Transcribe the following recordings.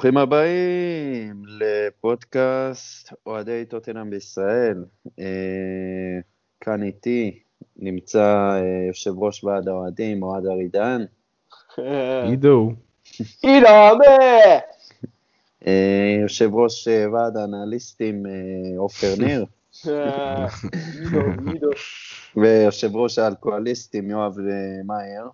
ברוכים הבאים לפודקאסט אוהדי טוטנהאם בישראל. כאן איתי נמצא יושב ראש ועד האוהדים, אוהד ארידן. עידו. יושב ראש ועד האנליסטים, עופר ניר. עידו. ויושב ראש האלכוהוליסטים, יואב מאייר.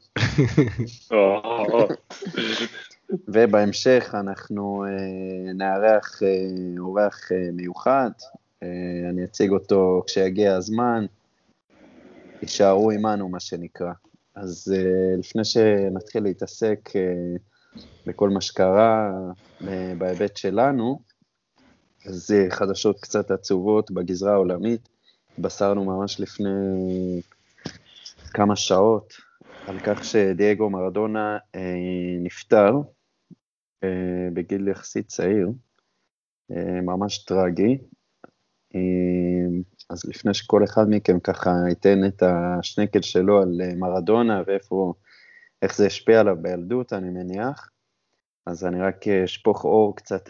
ובהמשך אנחנו נארח אורח מיוחד, אני אציג אותו כשיגיע הזמן, יישארו עמנו מה שנקרא. אז לפני שנתחיל להתעסק בכל מה שקרה בהיבט שלנו, אז חדשות קצת עצובות בגזרה העולמית, התבשרנו ממש לפני כמה שעות על כך שדייגו מרדונה נפטר, בגיל יחסית צעיר, ממש טרגי. אז לפני שכל אחד מכם ככה ייתן את השנקל שלו על מרדונה איך זה השפיע עליו בילדות, אני מניח, אז אני רק אשפוך אור קצת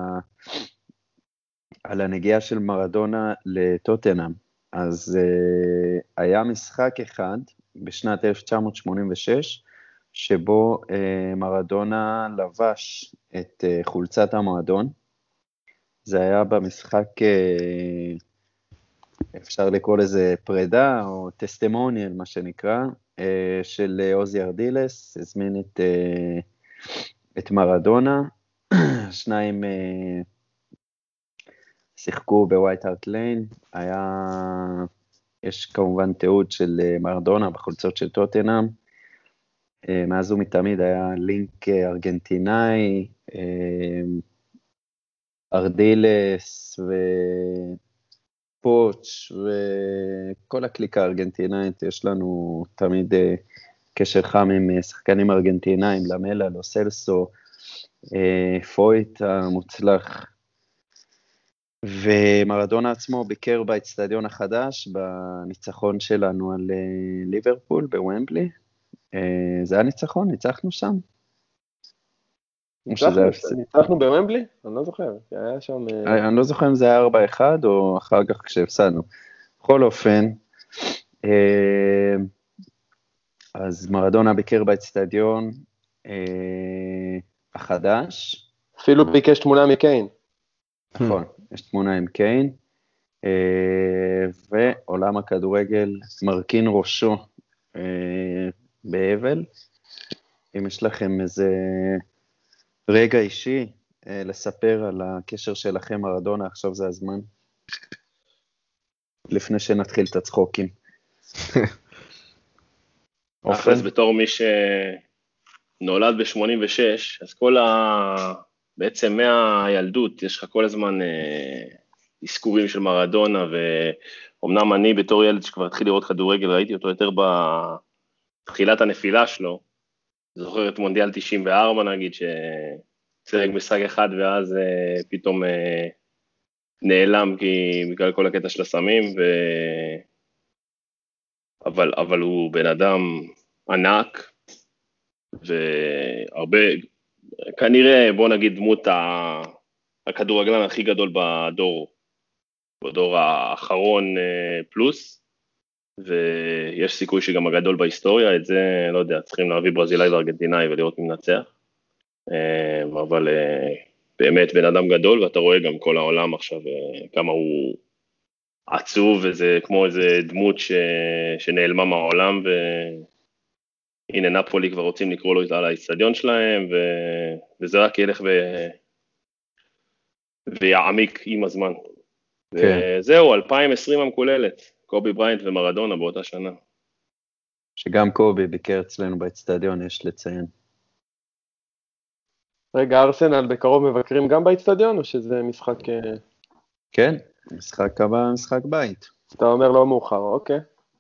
על הנגיעה של מרדונה לטוטנהאם. אז היה משחק אחד בשנת 1986, שבו מרדונה לבש את חולצת המועדון. זה היה במשחק, אפשר לקרוא לזה פרידה או טסטימוניאל מה שנקרא, של עוזי ארדילס, הזמין את מרדונה. שניים שיחקו בווייט הארט ליין. יש כמובן תיעוד של מרדונה בחולצות של טוטנהאם, מאז ומתמיד היה לינק ארגנטינאי, ארדילס ופוץ' וכל הקליקה הארגנטינאית, יש לנו תמיד קשר חם עם שחקנים ארגנטינאים, למלה, לו סלסו, פויט המוצלח. ומרדונה עצמו ביקר באצטדיון החדש, בניצחון שלנו על ליברפול בוומבלי. זה היה ניצחון, ניצחנו שם. ניצחנו בוומבלי? אני לא זוכר. אני לא זוכר אם זה היה 4-1 או אחר כך כשהפסדנו. בכל אופן, אז מרדונה ביקר באצטדיון החדש. אפילו ביקש תמונה מקיין. נכון, יש תמונה עם קיין, ועולם הכדורגל מרכין ראשו באבל. אם יש לכם איזה רגע אישי לספר על הקשר שלכם מרדונה, עכשיו זה הזמן, לפני שנתחיל את הצחוקים. אז בתור מי שנולד ב-86, אז בעצם מהילדות יש לך כל הזמן עסקורים של מרדונה, ואומנם אני בתור ילד שכבר התחיל לראות כדורגל, ראיתי אותו יותר בתחילת הנפילה שלו. זוכר את מונדיאל 94 נגיד, שצרק משחק אחד ואז פתאום נעלם בגלל כל הקטע של הסמים, אבל הוא בן אדם ענק, והרבה, כנראה בוא נגיד דמות הכדורגלן הכי גדול בדור האחרון פלוס, ויש סיכוי שגם הגדול בהיסטוריה. את זה לא יודע, צריכים להביא ברזילאי וארגנטינאי ולראות מי מנצח, אבל באמת בן אדם גדול, ואתה רואה גם כל העולם עכשיו כמה הוא עצוב, וזה כמו איזה דמות שנעלמה מהעולם, והנה נפולי כבר רוצים לקרוא לו על האצטדיון שלהם, וזה רק ילך ויעמיק עם הזמן. כן. וזהו, 2020 המקוללת, קובי בריינט ומרדונה באותה שנה. שגם קובי ביקר אצלנו באצטדיון, יש לציין. רגע, ארסנל בקרוב מבקרים גם באצטדיון, או שזה משחק... כן, משחק הבא, משחק בית. אתה אומר לא מאוחר, אוקיי.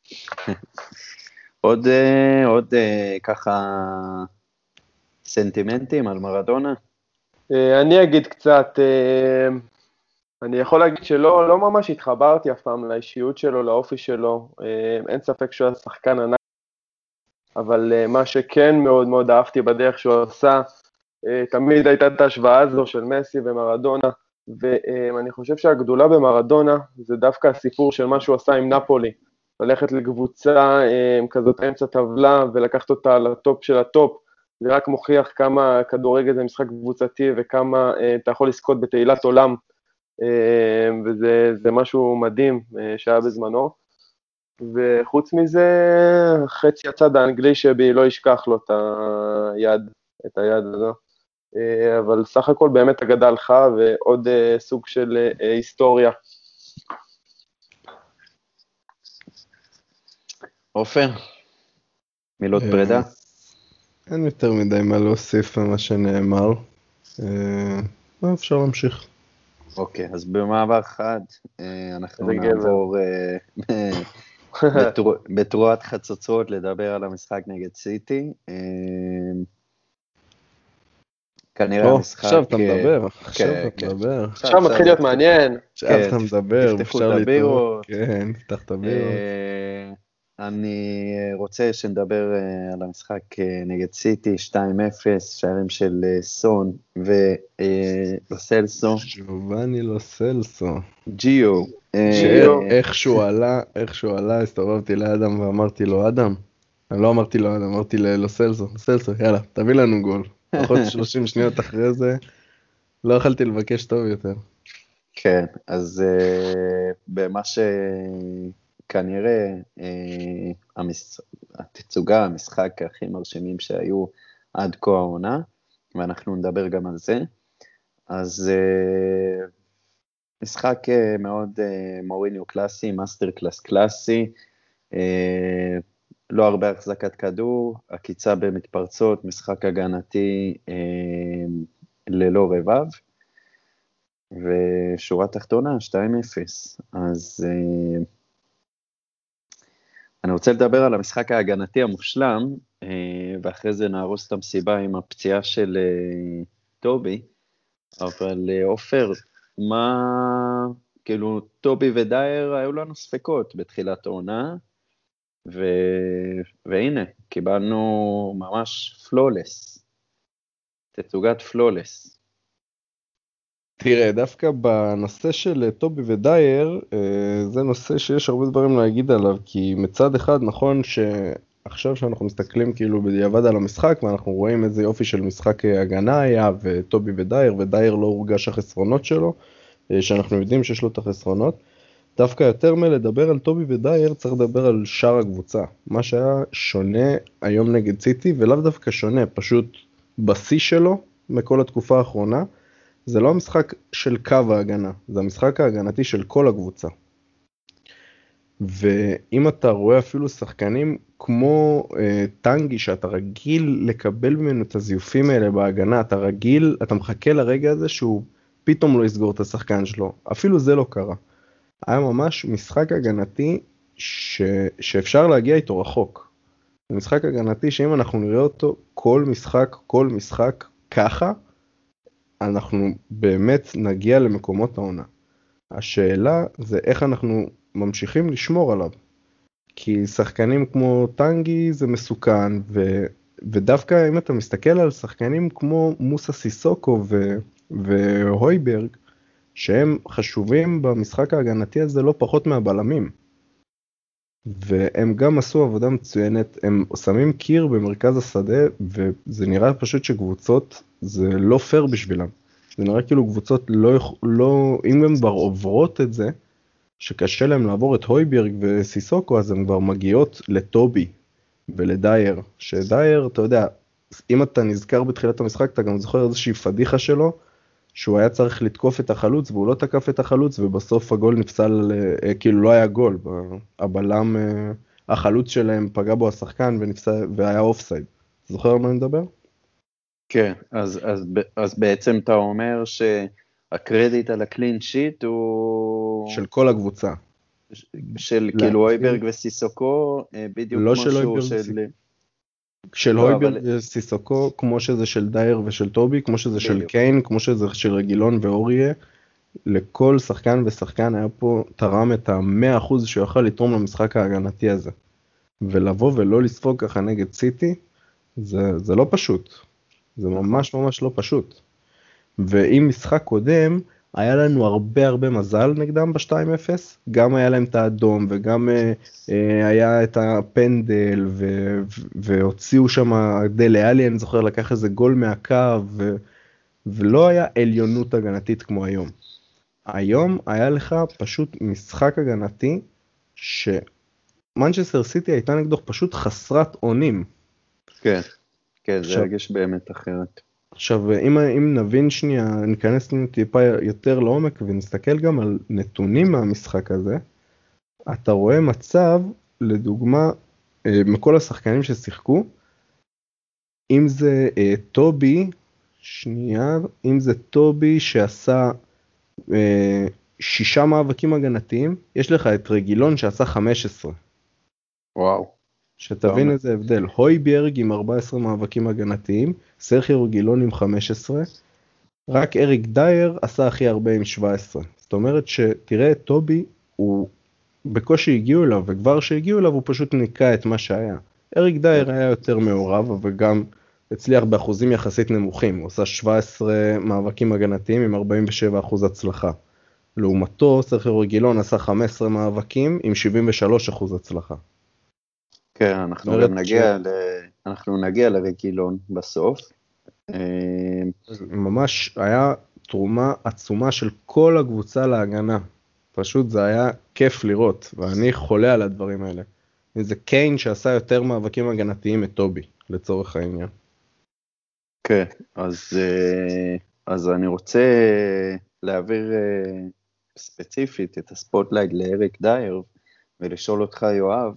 עוד ככה סנטימנטים על מרדונה? אני אגיד קצת, אני יכול להגיד שלא ממש התחברתי אף פעם לאישיות שלו, לאופי שלו, אין ספק שהוא היה שחקן ענק, אבל מה שכן מאוד מאוד אהבתי בדרך שהוא עשה, תמיד הייתה את ההשוואה הזו של מסי ומרדונה, ואני חושב שהגדולה במרדונה זה דווקא הסיפור של מה שהוא עשה עם נפולי, ללכת לקבוצה כזאת אמצע טבלה ולקחת אותה לטופ של הטופ, זה רק מוכיח כמה כדורגל זה משחק קבוצתי וכמה אתה יכול לזכות בתהילת עולם, וזה משהו מדהים שהיה בזמנו. וחוץ מזה, חצי הצד האנגלי שבי לא ישכח לו את היד הזו. אבל סך הכל באמת אגדה הלכה, ועוד סוג של היסטוריה. עופר, מילות פרידה? אין יותר מדי מה להוסיף על מה שנאמר. אפשר להמשיך. אוקיי, אז במעבר חד, אנחנו נעבור בתרועת חצוצרות לדבר על המשחק נגד סיטי. כנראה המשחק... עכשיו אתה מדבר, עכשיו מתחיל להיות מעניין. עכשיו אתה מדבר, תפתחו את הבירות. כן, תפתח את הבירות. אני רוצה שנדבר על המשחק נגד סיטי, 2-0, שערים של סון ולוסלסו. ג'ובאני לוסלסו. ג'יו. איך שהוא עלה, הסתובבתי לאדם ואמרתי לו, אדם, אני לא אמרתי לו אדם, אמרתי ללוסלסו, לוסלסו, יאללה, תביא לנו גול. פחות 30 שניות אחרי זה, לא יכלתי לבקש טוב יותר. כן, אז במה שכנראה התצוגה, המשחק הכי מרשימים שהיו עד כה העונה, ואנחנו נדבר גם על זה, אז משחק מאוד מוריניו קלאסי, מאסטר קלאס קלאסי, לא הרבה החזקת כדור, הקיצה במתפרצות, משחק הגנתי ללא רבב, ושורה תחתונה, 2-0. אז אני רוצה לדבר על המשחק ההגנתי המושלם, ואחרי זה נהרוס את המסיבה עם הפציעה של טובי, אבל עופר, מה, כאילו, טובי ודייר היו לנו ספקות בתחילת העונה, והנה, קיבלנו ממש פלולס, תצוגת פלולס. תראה, דווקא בנושא של טובי ודייר, זה נושא שיש הרבה דברים להגיד עליו, כי מצד אחד נכון שעכשיו שאנחנו מסתכלים כאילו בדיעבד על המשחק, ואנחנו רואים איזה יופי של משחק הגנה היה, וטובי ודייר לא הורגש החסרונות שלו, שאנחנו יודעים שיש לו את החסרונות, דווקא יותר מלדבר על טובי ודייר, צריך לדבר על שאר הקבוצה. מה שהיה שונה היום נגד סיטי, ולאו דווקא שונה, פשוט בשיא שלו, מכל התקופה האחרונה, זה לא המשחק של קו ההגנה, זה המשחק ההגנתי של כל הקבוצה. ואם אתה רואה אפילו שחקנים כמו טנגי, שאתה רגיל לקבל ממנו את הזיופים האלה בהגנה, אתה מחכה לרגע הזה שהוא פתאום לא יסגור את השחקן שלו, אפילו זה לא קרה. היה ממש משחק הגנתי שאפשר להגיע איתו רחוק. זה משחק הגנתי שאם אנחנו נראה אותו כל משחק ככה, אנחנו באמת נגיע למקומות העונה. השאלה זה איך אנחנו ממשיכים לשמור עליו. כי שחקנים כמו טנגי זה מסוכן, ודווקא אם אתה מסתכל על שחקנים כמו מוסה סיסוקו והויברג, שהם חשובים במשחק ההגנתי הזה לא פחות מהבלמים. והם גם עשו עבודה מצוינת, הם שמים קיר במרכז השדה, וזה נראה פשוט שקבוצות, זה לא פייר בשבילם. זה נראה כאילו קבוצות לא, אם הם כבר עוברות את זה, שקשה להם לעבור את הויברג וסיסוקו, אז הם כבר מגיעות לטובי ולדייר. שדייר, אתה יודע, אם אתה נזכר בתחילת המשחק, אתה גם זוכר איזושהי פדיחה שלו, שהוא היה צריך לתקוף את החלוץ, והוא לא תקף את החלוץ, ובסוף הגול נפסל, כאילו לא היה גול, הבלם, החלוץ שלהם פגע בו השחקן, והיה אופסייד. זוכר על מה אני מדבר? כן, אז בעצם אתה אומר שהקרדיט על הקלין שיט הוא... של כל הקבוצה. של כאילו הויברג וסיסוקו, בדיוק כמו שהוא של... של הויברג וסיסוקו, כמו שזה של דייר ושל טובי, כמו שזה של קיין, כמו שזה של רגילון ואוריה, לכל שחקן ושחקן היה פה תרם את ה-100% שהוא יוכל לתרום למשחק ההגנתי הזה. ולבוא ולא לספוג ככה נגד סיטי, זה לא פשוט. זה ממש ממש לא פשוט. ועם משחק קודם, היה לנו הרבה מזל נגדם ב-2-0, גם היה להם את האדום וגם היה את הפנדל והוציאו שם, דלה אלי אני זוכר לקח איזה גול מהקו ולא היה עליונות הגנתית כמו היום. היום היה לך פשוט משחק הגנתי שמנצ'סטר סיטי הייתה נגדו פשוט חסרת אונים. כן, כן, זה הרגיש באמת אחרת. עכשיו, אם נבין שנייה, ניכנס טיפה יותר לעומק ונסתכל גם על נתונים מהמשחק הזה, אתה רואה מצב, לדוגמה, מכל השחקנים ששיחקו, אם זה טובי, שנייה, אם זה טובי שעשה 6 מאבקים הגנתיים, יש לך את רגילון שעשה 15. וואו. שתבין איזה הבדל, הויברג עם 14 מאבקים הגנתיים, סרחיו רגילון עם 15, רק אריק דייר עשה הכי הרבה עם 17. זאת אומרת שתראה, טובי הוא בקושי הגיעו אליו, וכבר שהגיעו אליו הוא פשוט ניקה את מה שהיה. אריק דייר היה יותר מעורב, וגם הצליח באחוזים יחסית נמוכים, הוא עשה 17 מאבקים הגנתיים עם 47% הצלחה. לעומתו, סרחיו רגילון עשה 15 מאבקים עם 73% הצלחה. כן, אנחנו נגיע לרגילון בסוף. ממש היה תרומה עצומה של כל הקבוצה להגנה. פשוט זה היה כיף לראות, ואני חולה על הדברים האלה. זה קיין שעשה יותר מאבקים הגנתיים מטובי, לצורך העניין. כן, אז אני רוצה להעביר ספציפית את הספוטלייט לאריק דייר, ולשאול אותך יואב,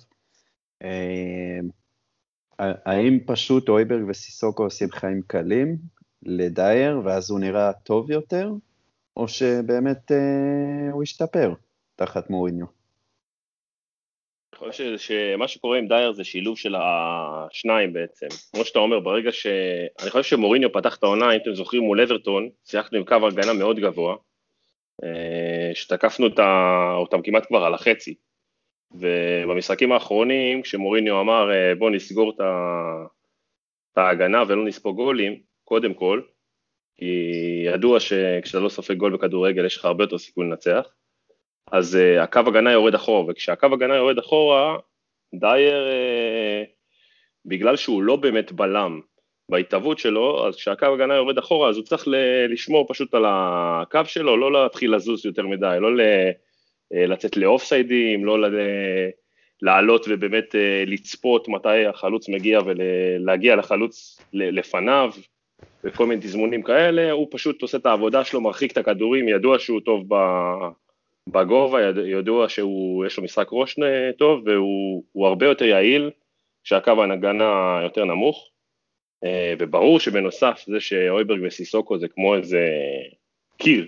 האם פשוט אויברג וסיסוקו עושים חיים קלים לדייר, ואז הוא נראה טוב יותר, או שבאמת הוא ישתפר תחת מוריניו? אני חושב שמה שקורה עם דייר זה שילוב של השניים בעצם. כמו שאתה אומר, אני חושב שמוריניו פתח את העונה, אם אתם זוכרים מול אברטון, שיחקנו עם קו הגנה מאוד גבוה, שתקפנו אותם כמעט כבר על החצי. ובמשחקים האחרונים, כשמוריניו אמר בוא נסגור את ההגנה ולא נספוג גולים, קודם כל, כי ידוע שכשאתה לא סופג גול בכדורגל יש לך הרבה יותר סיכוי לנצח, אז הקו הגנה יורד אחורה, וכשהקו הגנה יורד אחורה, דייר, בגלל שהוא לא באמת בלם בהתאבות שלו, אז כשהקו הגנה יורד אחורה, אז הוא צריך לשמור פשוט על הקו שלו, לא להתחיל לזוז יותר מדי, לא לצאת לאופסיידים, לא לעלות ובאמת לצפות מתי החלוץ מגיע ולהגיע לחלוץ לפניו, וכל מיני תזמונים כאלה, הוא פשוט עושה את העבודה שלו, מרחיק את הכדורים, ידוע שהוא טוב בגובה, ידוע שיש לו משחק ראש טוב, והוא הרבה יותר יעיל, כשהקו ההגנה יותר נמוך, וברור שבנוסף זה שאויברג וסיסוקו זה כמו איזה קיר,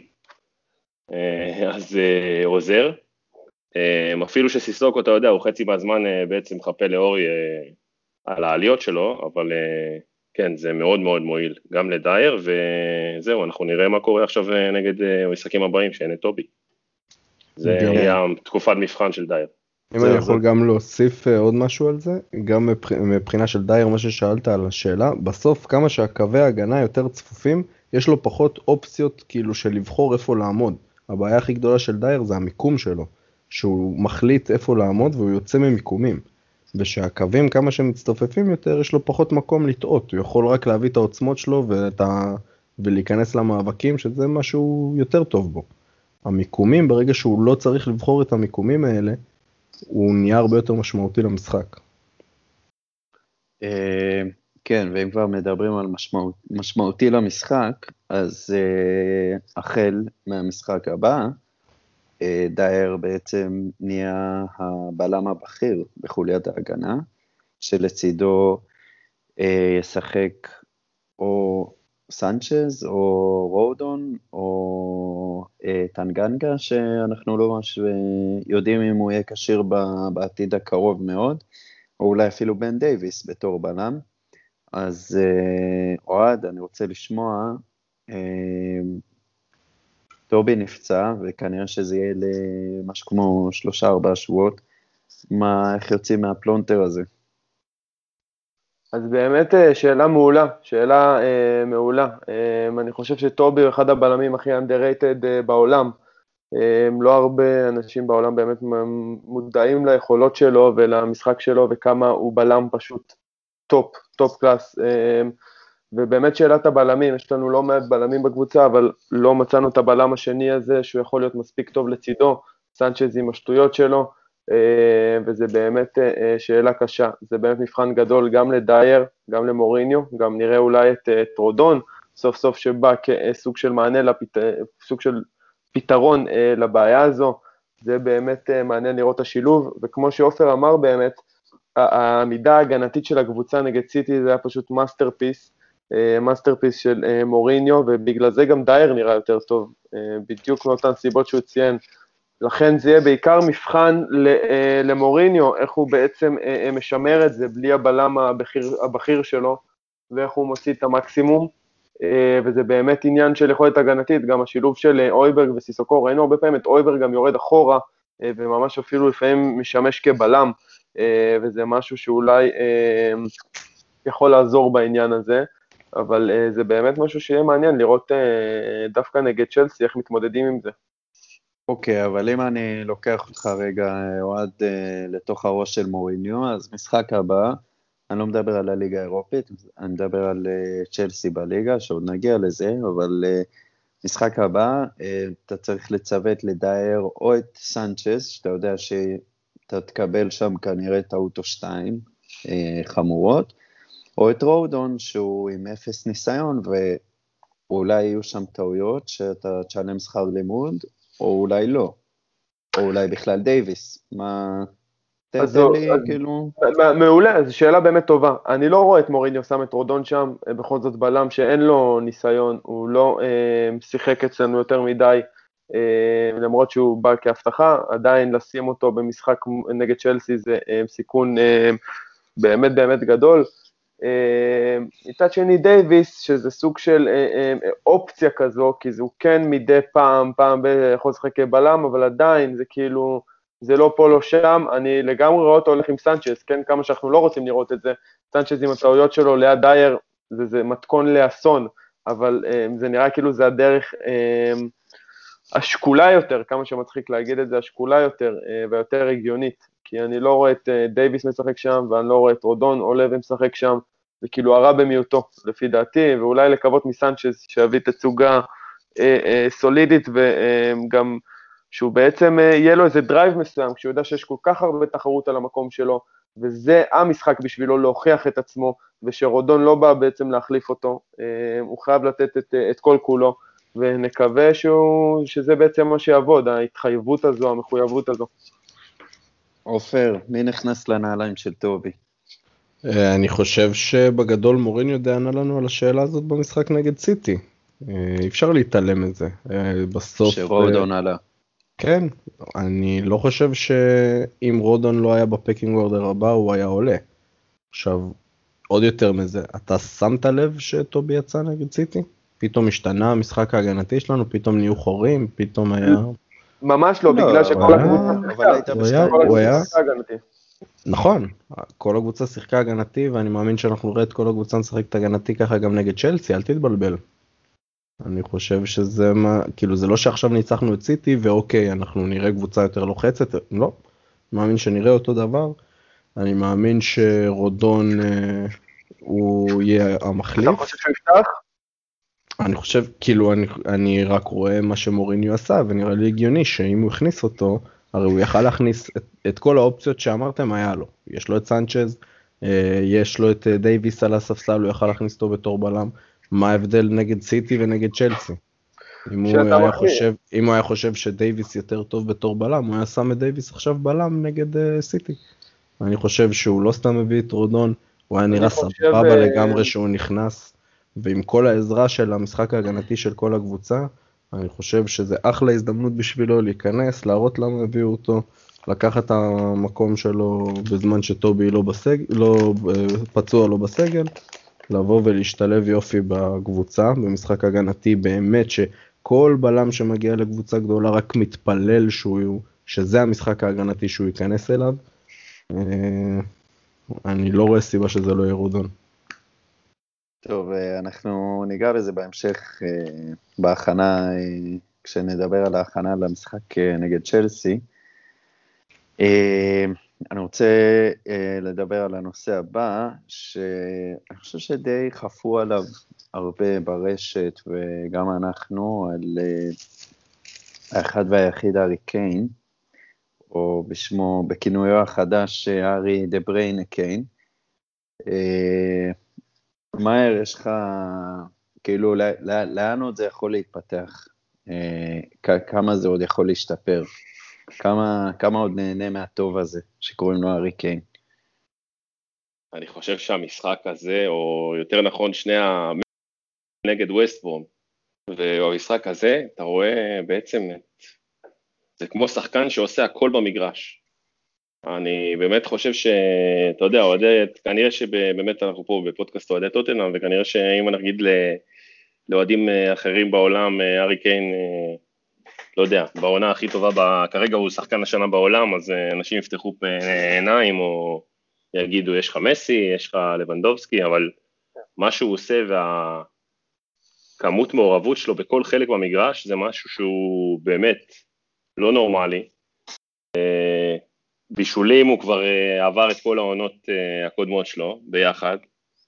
אז עוזר, אפילו שסיסוקו, אתה יודע, הוא חצי מהזמן בעצם חפה לאורי על העליות שלו, אבל כן, זה מאוד מאוד מועיל, גם לדייר, וזהו, אנחנו נראה מה קורה עכשיו נגד המשחקים הבאים, שאין את טובי. זה יהיה תקופת מבחן של דייר. אם אני יכול גם להוסיף עוד משהו על זה, גם מבחינה של דייר, מה ששאלת על השאלה, בסוף כמה שהקווי ההגנה יותר צפופים, יש לו פחות אופציות כאילו של לבחור איפה לעמוד. הבעיה הכי גדולה של דייר זה המיקום שלו, שהוא מחליט איפה לעמוד והוא יוצא ממיקומים. ושהקווים כמה שהם מצטופפים יותר, יש לו פחות מקום לטעות, הוא יכול רק להביא את העוצמות שלו ולהיכנס למאבקים, שזה משהו יותר טוב בו. המיקומים, ברגע שהוא לא צריך לבחור את המיקומים האלה, הוא נהיה הרבה יותר משמעותי למשחק. כן, ואם כבר מדברים על משמעותי למשחק, אז החל מהמשחק הבא, דייר בעצם נהיה הבלם הבכיר בחוליית ההגנה, שלצידו ישחק או סנצ'ז או רודון או טנגנגה, שאנחנו לא ממש יודעים אם הוא יהיה כשיר בעתיד הקרוב מאוד, או אולי אפילו בן דייביס בתור בלם. אז אוהד, אני רוצה לשמוע, טובי נפצע, וכנראה שזה יהיה למשהו כמו 3-4 שבועות, איך יוצאים מהפלונטר הזה? אז באמת שאלה מעולה, שאלה מעולה. אני חושב שטובי הוא אחד הבלמים הכי underrated בעולם. לא הרבה אנשים בעולם באמת מודעים ליכולות שלו ולמשחק שלו וכמה הוא בלם פשוט טופ קלאס. ובאמת שאלת הבלמים, יש לנו לא מעט בלמים בקבוצה, אבל לא מצאנו את הבלם השני הזה שהוא יכול להיות מספיק טוב לצידו, סנצ'ז עם השטויות שלו, וזה באמת שאלה קשה. זה באמת מבחן גדול גם לדייר, גם למוריניו, גם נראה אולי את רודון, סוף סוף שבא כסוג של מענה, סוג של פתרון לבעיה הזו. זה באמת מעניין לראות את השילוב, וכמו שאופר אמר באמת, העמידה ההגנתית של הקבוצה נגד סיטי זה היה פשוט מאסטרפיס של מוריניו, ובגלל זה גם דייר נראה יותר טוב, בדיוק מאותן סיבות שהוא ציין. לכן זה יהיה בעיקר מבחן למוריניו, איך הוא בעצם משמר את זה בלי הבלם הבכיר שלו, ואיך הוא מוציא את המקסימום, וזה באמת עניין של יכולת הגנתית, גם השילוב של אויברג וסיסוקו, ראינו הרבה פעמים את אויברג גם יורד אחורה, וממש אפילו לפעמים משמש כבלם, וזה משהו שאולי יכול לעזור בעניין הזה, אבל זה באמת משהו שיהיה מעניין לראות דווקא נגד צ'לסי, איך מתמודדים עם זה. אוקיי, אבל אם אני לוקח אותך רגע עוד לתוך הראש של מוריניו, אז משחק הבא, אני לא מדבר על הליגה האירופית, אני מדבר על צ'לסי בליגה, שעוד נגיע לזה, אבל משחק הבא, אתה צריך לצוות לדייר או את סנצ'ז, שאתה יודע שאתה תקבל שם כנראה טעות או 2 חמורות, או את רודון שהוא עם 0 ניסיון, ואולי יהיו שם טעויות שאתה תשלם שכר לימוד, או אולי לא, או אולי בכלל דייביס. מה... תן לי כאילו... מעולה, זו שאלה באמת טובה. אני לא רואה את מוריניו שם את רודון שם, בכל זאת בלם שאין לו ניסיון, הוא לא שיחק אצלנו יותר מדי, למרות שהוא בא כהבטחה, עדיין לשים אותו במשחק נגד צ'לסי זה סיכון באמת באמת גדול. מצד שני דייביס, שזה סוג של אופציה כזו, כי זה הוא כן מדי פעם יכול לשחק כבלם, אבל עדיין זה כאילו, זה לא פה לא שם. אני לגמרי רואה אותו הולך עם סנצ'ז, כן, כמה שאנחנו לא רוצים לראות את זה, סנצ'ז עם הטעויות שלו ליד דייר, זה מתכון לאסון, אבל זה נראה כאילו זה הדרך השקולה יותר, כמה שמצחיק להגיד את זה, השקולה יותר ויותר הגיונית, כי אני לא רואה את דייביס משחק שם, ואני לא רואה את רודון או לב משחק שם, זה כאילו הרע במיעוטו, לפי דעתי, ואולי לקוות מסנצ'ז שיביא תצוגה סולידית, וגם שהוא בעצם יהיה לו איזה דרייב מסוים, כשהוא יודע שיש כל כך הרבה תחרות על המקום שלו, וזה המשחק בשבילו להוכיח את עצמו, ושרודון לא בא בעצם להחליף אותו, הוא חייב לתת את כל כולו, ונקווה שזה בעצם מה שיעבוד, ההתחייבות הזו, המחויבות הזו. עופר, מי נכנס לנעליים של טובי? אני חושב שבגדול מוריניו דענה לנו על השאלה הזאת במשחק נגד סיטי. אי אפשר להתעלם את זה. בסוף... שרודון עלה. כן, אני לא חושב שאם רודון לא היה בפקינג אורדר הבא, הוא היה עולה. עכשיו, עוד יותר מזה, אתה שמת לב שטובי יצא נגד סיטי? פתאום השתנה המשחק ההגנתי שלנו, פתאום נהיו חורים, פתאום היה... ממש לא, בגלל שכל הקבוצה שיחקה הגנתי. נכון, כל הקבוצה שיחקה הגנתי, ואני מאמין שאנחנו נראה את כל הקבוצה משחקת הגנתי ככה גם נגד צ'לסי, אל תתבלבל. אני חושב שזה מה, כאילו זה לא שעכשיו ניצחנו את סיטי, ואוקיי, אנחנו נראה קבוצה יותר לוחצת, לא. אני מאמין שנראה אותו דבר, אני מאמין שרודון הוא יהיה המחליף. אתה חושב שהוא יפתח? אני חושב, כאילו, אני רק רואה מה שמוריניו עשה, ונראה לי הגיוני שאם הוא הכניס אותו, הרי הוא יכל להכניס את כל האופציות שאמרתם היה לו. יש לו את סנצ'ז, יש לו את דייביס על הספסל, הוא יכל להכניס אותו בתור בלם. מה ההבדל נגד סיטי ונגד צ'לסי? אם הוא היה חושב שדייביס יותר טוב בתור בלם, הוא היה שם את דייביס עכשיו בלם נגד סיטי. אני חושב שהוא לא סתם מביא את רודון, הוא היה נראה סבבה לגמרי שהוא נכנס, ועם כל העזרה של המשחק ההגנתי של כל הקבוצה, אני חושב שזה אחלה הזדמנות בשבילו להיכנס, להראות למה הביאו אותו, לקחת את המקום שלו בזמן שטובי לא פצוע לו בסגל, לבוא ולהשתלב יופי בקבוצה, במשחק הגנתי באמת שכל בלם שמגיע לקבוצה גדולה רק מתפלל שזה המשחק ההגנתי שהוא ייכנס אליו. אני לא רואה סיבה שזה לא יהיה רודון. טוב, אנחנו ניגע בזה בהמשך בהכנה, כשנדבר על ההכנה למשחק נגד צ'לסי. אני רוצה לדבר על הנושא הבא, שאני חושב שדי חפו עליו הרבה ברשת, וגם אנחנו, על האחד והיחיד הארי קיין, או בשמו, בכינויו החדש, הארי דה בריינה קיין. מאיר, יש לך, כאילו, לאן עוד זה יכול להתפתח? כמה זה עוד יכול להשתפר? כמה עוד נהנה מהטוב הזה שקוראים לו הארי קיין? אני חושב שהמשחק הזה, או יותר נכון נגד ווסטברום, ובמשחק הזה אתה רואה בעצם, זה כמו שחקן שעושה הכל במגרש. אני באמת חושב שאתה יודע, כנראה שבאמת אנחנו פה בפודקאסט אוהדי טוטנהאם, וכנראה שאם אני אגיד לאוהדים אחרים בעולם, הארי קיין, לא יודע, בעונה הכי טובה, כרגע הוא שחקן השנה בעולם, אז אנשים יפתחו עיניים, או יגידו, יש לך מסי, יש לך לבנדובסקי, אבל מה שהוא עושה, והכמות מעורבות שלו בכל חלק במגרש, זה משהו שהוא באמת לא נורמלי. בישולים הוא כבר עבר את כל העונות הקודמות שלו ביחד.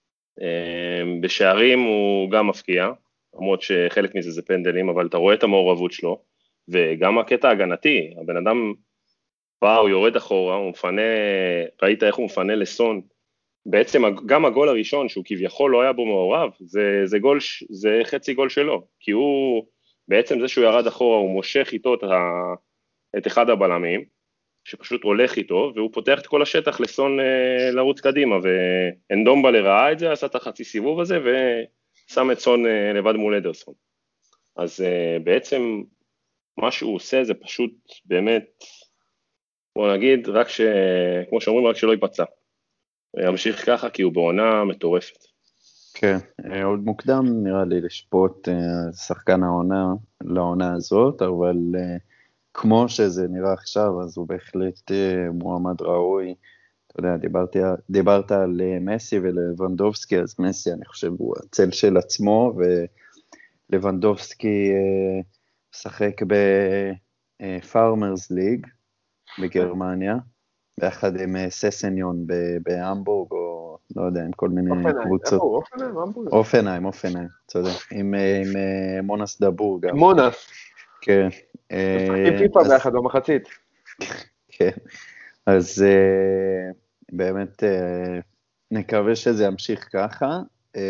בשערים הוא גם מפקיע, למרות שחלק מזה זה פנדלים, אבל אתה רואה את המעורבות שלו, וגם הקטע הגנתי, הבן אדם בא, הוא יורד אחורה, הוא מפנה, ראית איך הוא מפנה לסון, בעצם גם הגול הראשון שהוא כביכול לא היה בו מעורב, זה חצי גול שלו, כי הוא, בעצם זה שהוא ירד אחורה, הוא מושך איתו את אחד הבלמים, שפשוט הולך איתו, והוא פותח את כל השטח לסון לרוץ קדימה, ואנדומבלה ראה את זה, עשה את החצי סיבוב הזה, ושם את סון לבד מול אדרסון. אז בעצם מה שהוא עושה זה פשוט באמת, בוא נגיד, כמו שאומרים, רק שלא ייפצע. ימשיך ככה, כי הוא בעונה מטורפת. כן, עוד מוקדם נראה לי לשפוט שחקן העונה לעונה הזאת, אבל כמו שזה נראה עכשיו, אז הוא בהחלט מועמד ראוי. אתה יודע, דיברת על מסי ולוונדובסקי, אז מסי אני חושב הוא הצל של עצמו, ולוונדובסקי משחק בפארמרס ליג בגרמניה, ביחד עם ססניון בהמבורג, או לא יודע, עם כל מיני קבוצות. אופנהיים, צודק, עם מונס דבור גם. מונס. כן. משחקים פיפה ביחד במחצית. כן, אז באמת נקווה שזה ימשיך ככה.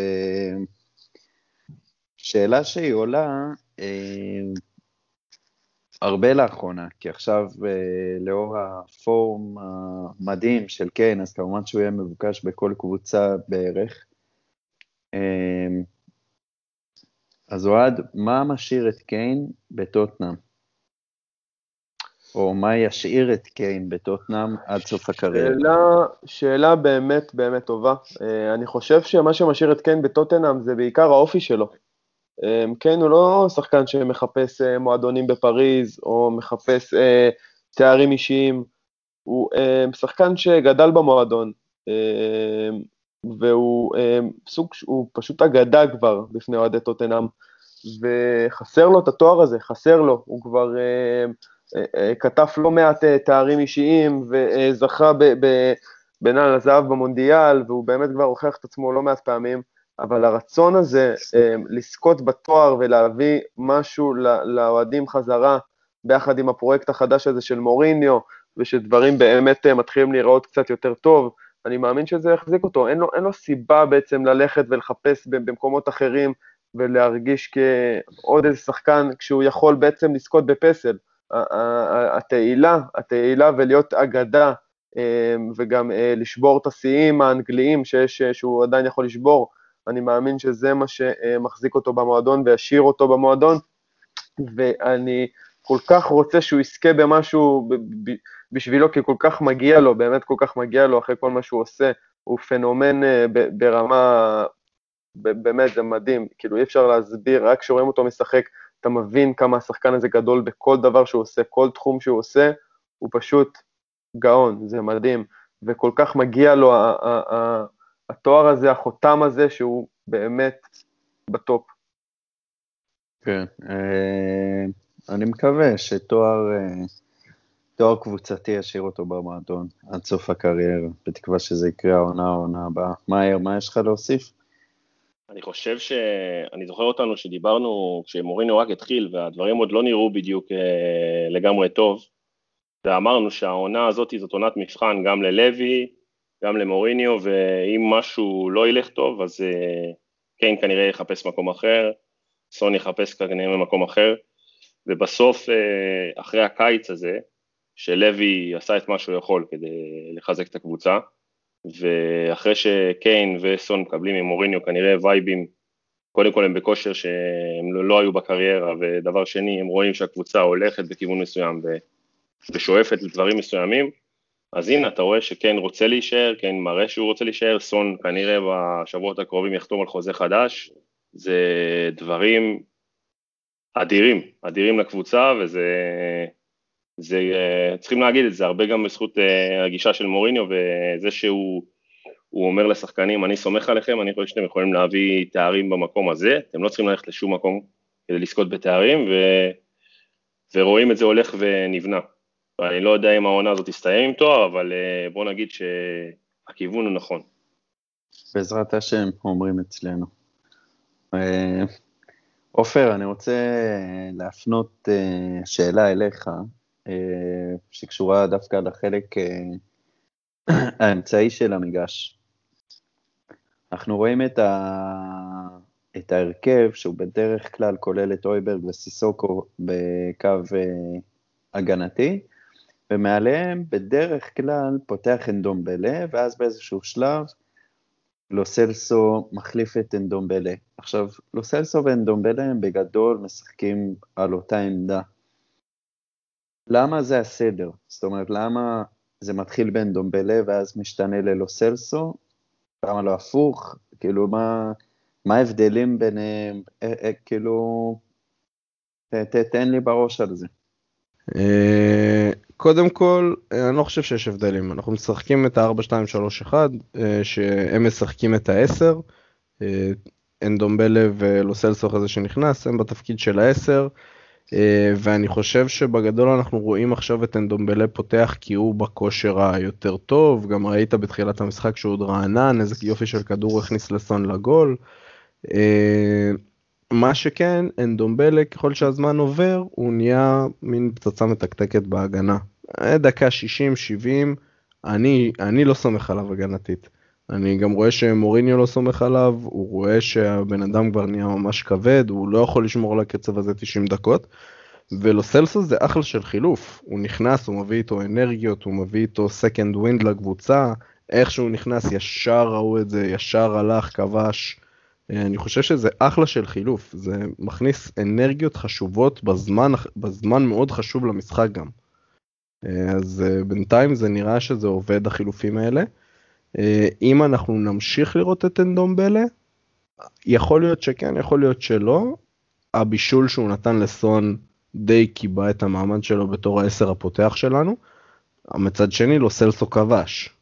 שאלה שהיא עולה הרבה לאחרונה, כי עכשיו לאור הפורום המדהים של קיין, אז כמובן שהוא יהיה מבוקש בכל קבוצה בערך. אז אוהד, מה משאיר את קיין בטוטנהאם? או מה ישאיר את קיין בטוטנהאם עד סוף הקריירה? שאלה באמת באמת טובה. אני חושב שמה שמשאיר את קיין בטוטנהאם זה בעיקר האופי שלו. קיין הוא לא שחקן שמחפש מועדונים בפריז, או מחפש תארים אישיים, הוא שחקן שגדל במועדון, והוא הוא פשוט אגדה כבר בפני אוהדי טוטנהאם, וחסר לו את התואר הזה, חסר לו, הוא כבר כתב לא מעט תארים אישיים, וזכה בנעל הזהב במונדיאל, והוא באמת כבר הוכיח את עצמו לא מעט פעמים, אבל הרצון הזה לזכות בתואר ולהביא משהו לאוהדים חזרה, ביחד עם הפרויקט החדש הזה של מוריניו, ושדברים באמת מתחילים להיראות קצת יותר טוב, אני מאמין שזה יחזיק אותו, אין לו סיבה בעצם ללכת ולחפש במקומות אחרים, ולהרגיש כעוד איזה שחקן, כשהוא יכול בעצם לזכות בפסל. התהילה ולהיות אגדה, וגם לשבור את השיאים האנגליים שהוא עדיין יכול לשבור, אני מאמין שזה מה שמחזיק אותו במועדון וישאיר אותו במועדון, ואני כל כך רוצה שהוא יזכה במשהו בשבילו, כי כל כך מגיע לו, באמת כל כך מגיע לו אחרי כל מה שהוא עושה, הוא פנומן ברמה, באמת זה מדהים, כאילו אי אפשר להסביר, רק כשרואים אותו משחק, אתה מבין כמה השחקן הזה גדול בכל דבר שהוא עושה, כל תחום שהוא עושה, הוא פשוט גאון, זה מדהים, וכל כך מגיע לו התואר הזה, החותם הזה, שהוא באמת בטופ. כן, אני מקווה שתואר קבוצתי ישאיר אותו במועדון עד סוף הקריירה, בתקווה שזה יקרה העונה הבאה. מאיר, מה יש לך להוסיף? אני חושב אני זוכר אותנו שדיברנו, כשמוריניו רק התחיל, והדברים עוד לא נראו בדיוק לגמרי טוב, ואמרנו שהעונה הזאת זאת עונת מבחן גם ללוי, גם למוריניו, ואם משהו לא ילך טוב, אז קיין כנראה יחפש מקום אחר, סון יחפש כנראה מקום אחר, ובסוף, אחרי הקיץ הזה, שלוי עשה את מה שהוא יכול כדי לחזק את הקבוצה, ואחרי שקיין וסון מקבלים עם מוריניו כנראה וייבים, קודם כל הם בכושר שהם לא היו בקריירה, ודבר שני, הם רואים שהקבוצה הולכת בכיוון מסוים ושואפת לדברים מסוימים, אז הנה, אתה רואה שקיין רוצה להישאר, קיין מראה שהוא רוצה להישאר, סון כנראה בשבועות הקרובים יחתום על חוזה חדש, זה דברים אדירים לקבוצה, צריכים להגיד את זה, הרבה גם בזכות הגישה של מוריניו, וזה שהוא אומר לשחקנים, אני סומך עליכם, אני חושב שאתם יכולים להביא תארים במקום הזה, אתם לא צריכים ללכת לשום מקום כדי לזכות בתארים, ורואים את זה הולך ונבנה. אני לא יודע אם העונה הזאת תסתיים עם תואר, אבל בוא נגיד שהכיוון הוא נכון. בעזרת השם, אומרים אצלנו. עופר, אני רוצה להפנות שאלה אליך, שקשורה דווקא לחלק האמצעי של המגרש. אנחנו רואים את ההרכב, שהוא בדרך כלל כולל את אויברג וסיסוקו בקו הגנתי, ומעליהם בדרך כלל פותח אנדומבלה, ואז באיזשהו שלב לוסלסו מחליף את אנדומבלה. עכשיו, לוסלסו ואנדומבלה הם בגדול משחקים על אותה עמדה. למה זה הסדר? זאת אומרת, למה זה מתחיל באנדומבלה ואז משתנה ללוסלסו? למה לא הפוך? כאילו, מה ההבדלים ביניהם? כאילו, תן לי בראש על זה. קודם כל, אני לא חושב שיש הבדלים. אנחנו משחקים את ה-4-2-3-1, שהם משחקים את ה-10, אנדומבלה ולוסלסו אחרי זה שנכנס, הם בתפקיד של ה-10, ואני חושב שבגדול אנחנו רואים עכשיו את אנדומבלה פותח כי הוא בכושר היותר טוב, גם ראית בתחילת המשחק שהוא עוד רענן, איזה יופי של כדור הכניס לסון לגול. מה שכן, אנדומבלה ככל שהזמן עובר, הוא נהיה מין פצצה מתקתקת בהגנה. דקה 60-70, אני לא סומך עליו הגנתית. אני גם רואה שמוריניו לא סומך עליו, הוא רואה שהבן אדם כבר נהיה ממש כבד, הוא לא יכול לשמור על הקצב הזה 90 דקות, ולוסלסו זה אחלה של חילוף, הוא נכנס, הוא מביא איתו אנרגיות, הוא מביא איתו second wind לקבוצה, איך שהוא נכנס ישר ראו את זה, ישר הלך, כבש, אני חושב שזה אחלה של חילוף, זה מכניס אנרגיות חשובות בזמן מאוד חשוב למשחק גם. אז בינתיים זה נראה שזה עובד החילופים האלה. אם אנחנו נמשיך לראות את אנדומבלה, יכול להיות שכן, יכול להיות שלא. הבישול שהוא נתן לסון די קיבע את המעמד שלו בתור ה-10 הפותח שלנו. מצד שני, לוסלסו כבש.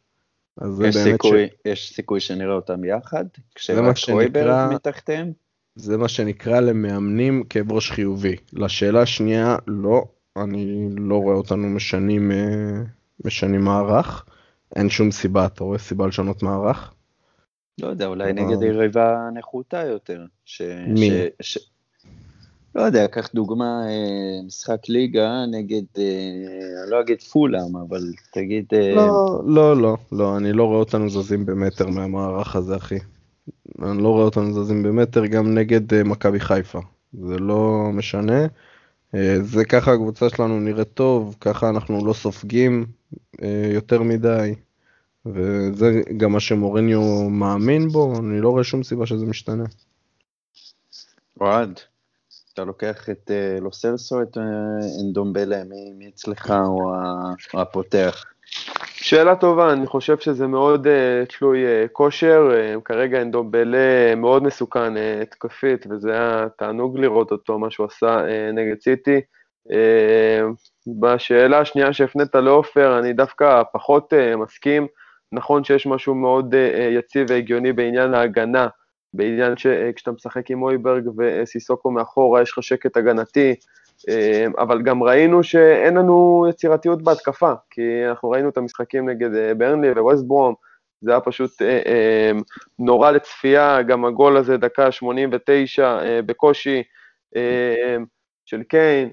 יש סיכוי שנראה אותם יחד? כשרק אויברג מתחתיהם? זה מה שנקרא למאמנים כאב ראש חיובי. לשאלה השנייה, לא. אני לא רואה אותנו משנים מערך. אין שום סיבה, אתה רואה סיבה לשנות מערך? לא יודע, אולי נגד יריבה נחותה יותר. מי? לא יודע, קח דוגמה, משחק ליגה נגד, אני לא אגיד פולאם, אבל תגיד... לא, אני לא רואה אותנו זזים במטר מהמערך הזה, אחי. אני לא רואה אותנו זזים במטר גם נגד מכבי חיפה. זה לא משנה. זה ככה הקבוצה שלנו נראית טוב, ככה אנחנו לא סופגים יותר מדי, וזה גם מה שמוריניו מאמין בו, אני לא רואה שום סיבה שזה משתנה. אוהד, אתה לוקח את לוסלסו, את אנדומבלה, מי אצלך או הפותח? שאלה טובה, אני חושב שזה מאוד תלוי כושר, כרגע אנדומבלה מאוד מסוכן התקפית, וזה היה תענוג לראות אותו, מה שהוא עשה נגד סיטי. בשאלה השנייה שהפנית לאופר, אני דווקא פחות מסכים, נכון שיש משהו מאוד יציב והגיוני בעניין ההגנה, בעניין שכשאתה משחק עם אויברג וסיסוקו מאחורה, יש לך שקט הגנתי, אבל גם ראינו שאין לנו יצירתיות בהתקפה, כי אנחנו ראינו את המשחקים נגד ברנלי וווסט ברום, זה היה פשוט נורא לצפייה, גם הגול הזה דקה 89 בקושי של קיין,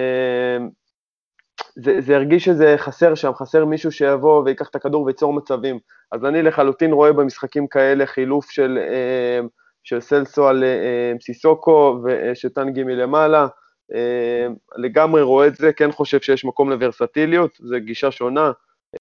זה הרגיש שזה חסר שם, חסר מישהו שיבוא ויקח את הכדור ויצור מצבים, אז אני לחלוטין רואה במשחקים כאלה חילוף של סלסו על סיסוקו ושטנגי מלמעלה, לגמרי רואה את זה, כן חושב שיש מקום לוורסטיליות, זו גישה שונה,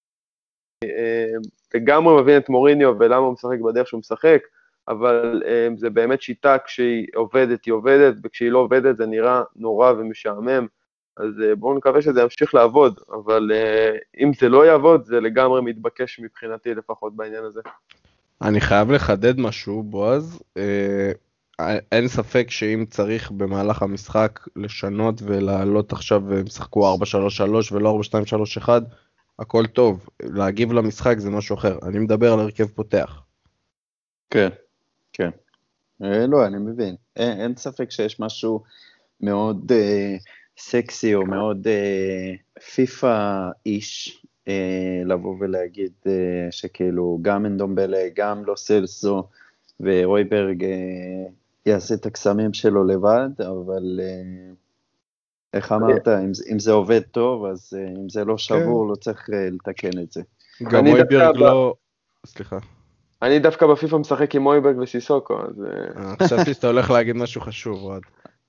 לגמרי מבין את מוריניו ולמה הוא משחק בדרך שהוא משחק, אבל זה באמת שיטה, כשהיא עובדת היא עובדת, וכשהיא לא עובדת זה נראה נורא ומשעמם, אז בואו נקווה שזה ימשיך לעבוד, אבל אם זה לא יעבוד, זה לגמרי מתבקש מבחינתי לפחות בעניין הזה. אני חייב לחדד משהו, בועז. אין ספק שאם צריך במהלך המשחק לשנות ולעלות עכשיו ומשחקו 4-3-3 ולא 4-2-3-1, הכל טוב. להגיב למשחק זה משהו אחר. אני מדבר על הרכב פותח. כן, כן. לא, אני מבין. אין ספק שיש משהו מאוד סקסי או מאוד פיפה איש, לבוא ולהגיד שכאילו גם אנדומבלה, גם לא סלסו ואויברג יעשה את הקסמים שלו לבד, אבל איך אמרת, אם זה עובד טוב, אז אם זה לא שבור, לא צריך לתקן את זה. גם אויברג לא... סליחה. אני דווקא בפיפה משחק עם אויברג וסיסוקו, אז... חשבתי שאתה הולך להגיד משהו חשוב, עוד.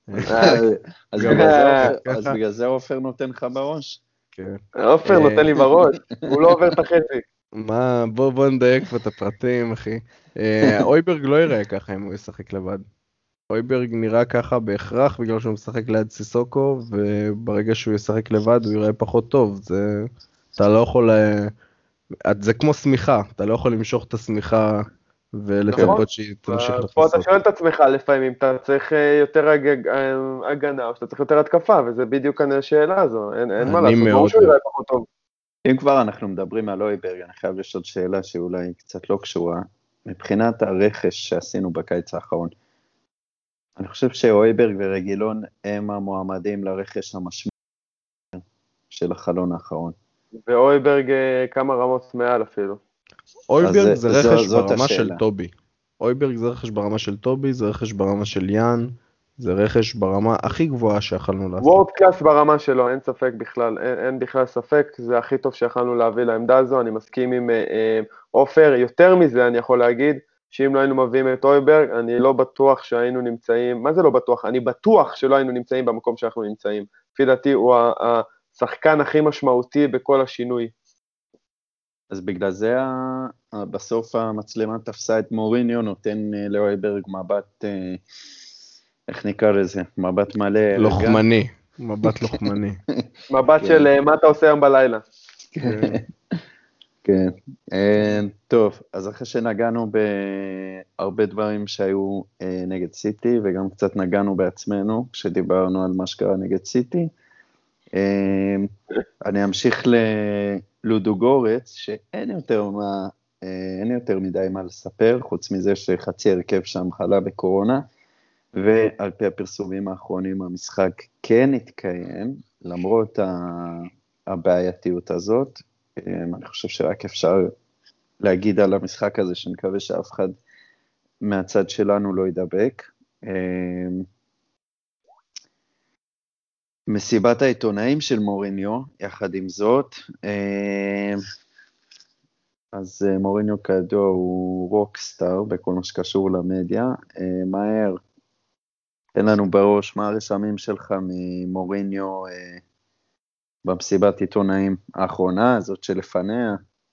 אז בגלל זה אופר נותן לך בראש? כן. אופר נותן לי בראש, הוא לא עובר את החצי. מה, בוא נדייק פה את הפרטים, אחי. אויברג לא יראה ככה אם הוא ישחק לבד. אויברג נראה ככה בהכרח בגלל שהוא משחק ליד סיסוקו, וברגע שהוא ישחק לבד הוא יראה פחות טוב. אתה לא יכול... זה כמו סמיכה, אתה לא יכול למשוך את הסמיכה ולצפות שהיא תמשיך לחסות. פה אתה שואל את עצמך לפעמים, אתה צריך יותר הגנה או שאתה צריך יותר התקפה, וזה בדיוק השאלה הזו, אין מה לעשות, ברור שהוא יראה פחות טוב. אם כבר אנחנו מדברים על אויברג, אני חייב לשאול שאלה שאולי קצת לא קשורה, מבחינת הרכש שעשינו בקיץ האחרון, אני חושב שאויברג ורגילון הם המועמדים לרכש המשמעות של החלון האחרון. ואויברג כמה רמות מעל אפילו. אויברג זה רכש ברמה של טובי. אויברג זה רכש ברמה של טובי, זה רכש ברמה של יאן, זה רכש ברמה הכי גבוהה שיכלנו לעשות. וורד קלאס ברמה שלו, אין ספק בכלל, אין בכלל ספק, זה הכי טוב שיכלנו להביא לעמדה הזו, אני מסכים עם אופר, יותר מזה אני יכול להגיד, שאם לא היינו מביאים את אויברג, אני לא בטוח שהיינו נמצאים, מה זה לא בטוח? אני בטוח שלא היינו נמצאים במקום שאנחנו נמצאים. לפי דעתי הוא השחקן הכי משמעותי בכל השינוי. אז בגלל זה בסוף המצלמה תפסה את מוריניו, נותן לאויברג מבט, איך נקרא לזה? מבט מלא. לוחמני, מבט לוחמני. מבט של מה אתה עושה היום בלילה. כן, טוב, אז אחרי שנגענו בהרבה דברים שהיו נגד סיטי, וגם קצת נגענו בעצמנו, כשדיברנו על מה שקרה נגד סיטי, אני אמשיך ללודוגורץ, שאין יותר מדי מה לספר, חוץ מזה שחצי הרכב שם חלה בקורונה, ועל פי הפרסומים האחרונים המשחק כן התקיים, למרות הבעייתיות הזאת. אני חושב שרק אפשר להגיד על המשחק הזה, שנקווה שאף אחד מהצד שלנו לא ידבק. מסיבת העיתונאים של מוריניו, יחד עם זאת, אז מוריניו כידוע הוא רוקסטאר בכל מה שקשור למדיה. מהר, תן לנו בראש מה הרשמים שלך ממוריניו במסיבת עיתונאים האחרונה, הזאת שלפניה.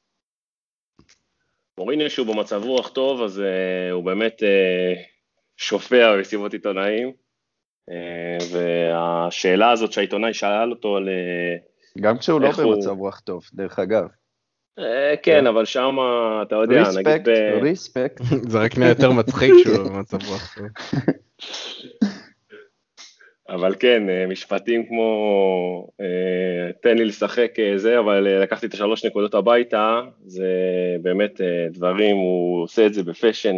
מוריניו שהוא במצב רוח טוב, אז הוא באמת שופע במסיבות עיתונאים, והשאלה הזאת שהעיתונאי שאל אותו על... גם כשהוא לא במצב רוח טוב, דרך אגב. כן, אבל שם, אתה יודע, נגיד... ריספקט. זה רק נהיה יותר מצחיק שהוא לא במצב רוח טוב. אבל כן, משפטים כמו, תן לי לשחק זה, אבל לקחתי את 3 נקודות הביתה, זה באמת דברים, הוא עושה את זה בפשן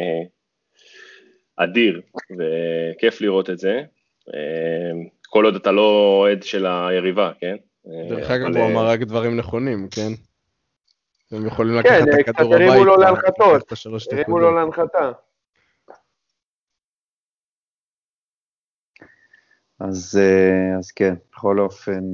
אדיר, וכיף לראות את זה, כל עוד אתה לא אוהד של היריבה, כן? דרך אגב, הוא אמר רק דברים נכונים, כן? הם יכולים כן, לקחת את קצת הכדור הביתה, הרימו לו להנחתות, לקחת את 3 הרימו נקודות. לו להנחתה. אז כן, בכל אופן,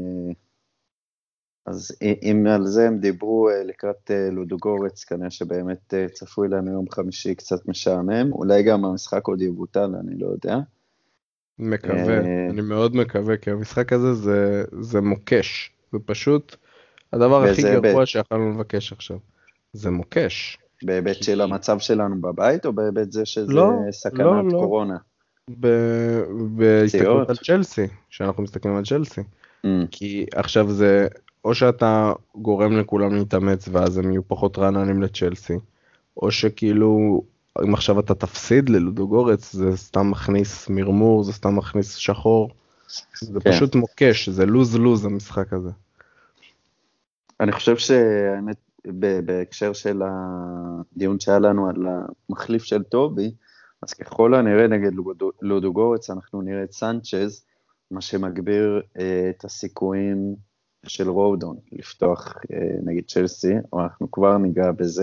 אז אם על זה הם דיברו לקראת לודוגורץ, כנראה שבאמת צפוי לנו יום חמישי קצת משעמם, אולי גם המשחק עוד יבוטל, אני לא יודע. מקווה, אני מאוד מקווה, כי המשחק הזה זה מוקש, זה פשוט הדבר הכי גרוע שיכולנו לבקש עכשיו, זה מוקש. בהיבט של המצב שלנו בבית, או בהיבט זה שזה סכנת קורונה? בהסתכלות על צ'לסי, שאנחנו מסתכלים על צ'לסי. כי עכשיו זה, או שאתה גורם לכולם להתאמץ, ואז הם יהיו פחות רעננים לצ'לסי, או שכאילו, אם עכשיו אתה תפסיד ללודוגורץ, זה סתם מכניס מרמור, זה סתם מכניס שחור. זה פשוט מוקש, זה לוז-לוז המשחק הזה. אני חושב שהאמת, בהקשר של הדיון שהיה לנו על המחליף של טובי, אז ככל הנראה נגד לודוגורץ, אנחנו נראה את סנצ'ז, מה שמגביר את הסיכויים של רודון לפתוח נגד צ'לסי, או אנחנו כבר ניגע בזה.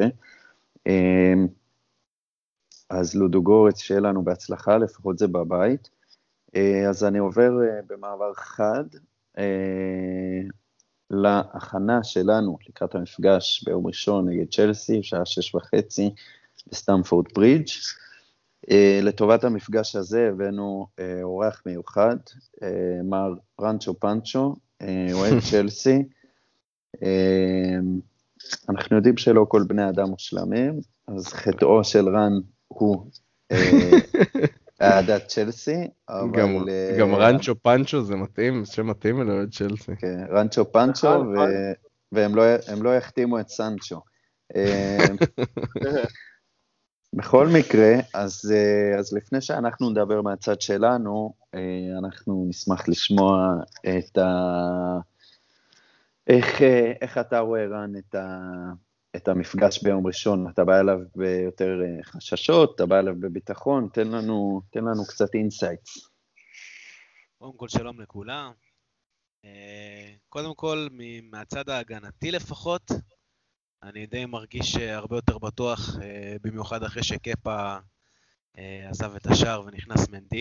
אז לודוגורץ שיהיה לנו בהצלחה, לפחות זה בבית. אז אני עובר במעבר חד להכנה שלנו לקראת המפגש ביום ראשון נגד צ'לסי, שעה 6:30 בסטמפורד ברידג'. לטובת המפגש הזה הבאנו אורח מיוחד, מר רנצ'ו פנצ'ו, אוהד צ'לסי. אנחנו יודעים שלא כל בני אדם מושלמים, אז חטאו של רן הוא אהדת צ'לסי, אבל... גם רנצ'ו פנצ'ו זה מתאים, שמתאים לאוהד צ'לסי. כן, רנצ'ו פנצ'ו, והם לא יחתימו את סנצ'ו. בכל מקרה, אז לפני שאנחנו נדבר מהצד שלנו, אנחנו נשמח לשמוע איך אתה רואה, רן, את המפגש ביום ראשון. אתה בא אליו ביותר חששות, אתה בא אליו בביטחון, תן לנו קצת אינסייטס. קודם כל שלום לכולם. קודם כל, מהצד ההגנתי לפחות, אני די מרגיש הרבה יותר בטוח, במיוחד אחרי שקפה עזב את השער ונכנס מנדי.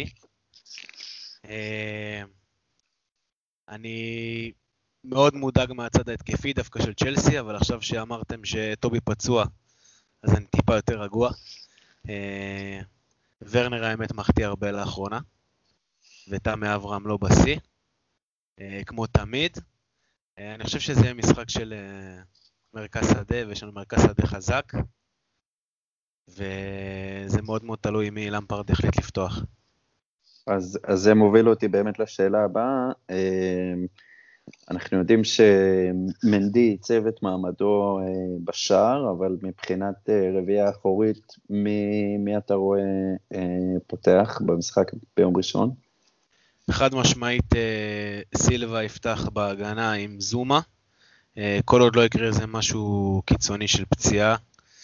אני מאוד מודאג מהצד ההתקפי דווקא של צ'לסי, אבל עכשיו שאמרתם שטובי פצוע, אז אני טיפה יותר רגוע. ורנר האמת מחטיא הרבה לאחרונה, ותמי אברהם לא בסי, כמו תמיד. אני חושב שזה משחק של מרכז שדה, ויש לנו מרכז שדה חזק, וזה מאוד מאוד תלוי מי למפרד החליט לפתוח. אז זה מוביל אותי באמת לשאלה הבאה. אנחנו יודעים שמנדי ייצב את מעמדו בשער, אבל מבחינת רביעייה האחורית, מי אתה רואה פותח במשחק ביום ראשון? חד משמעית סילבה יפתח בהגנה עם זומה, כל עוד לא יקרה איזה משהו קיצוני של פציעה.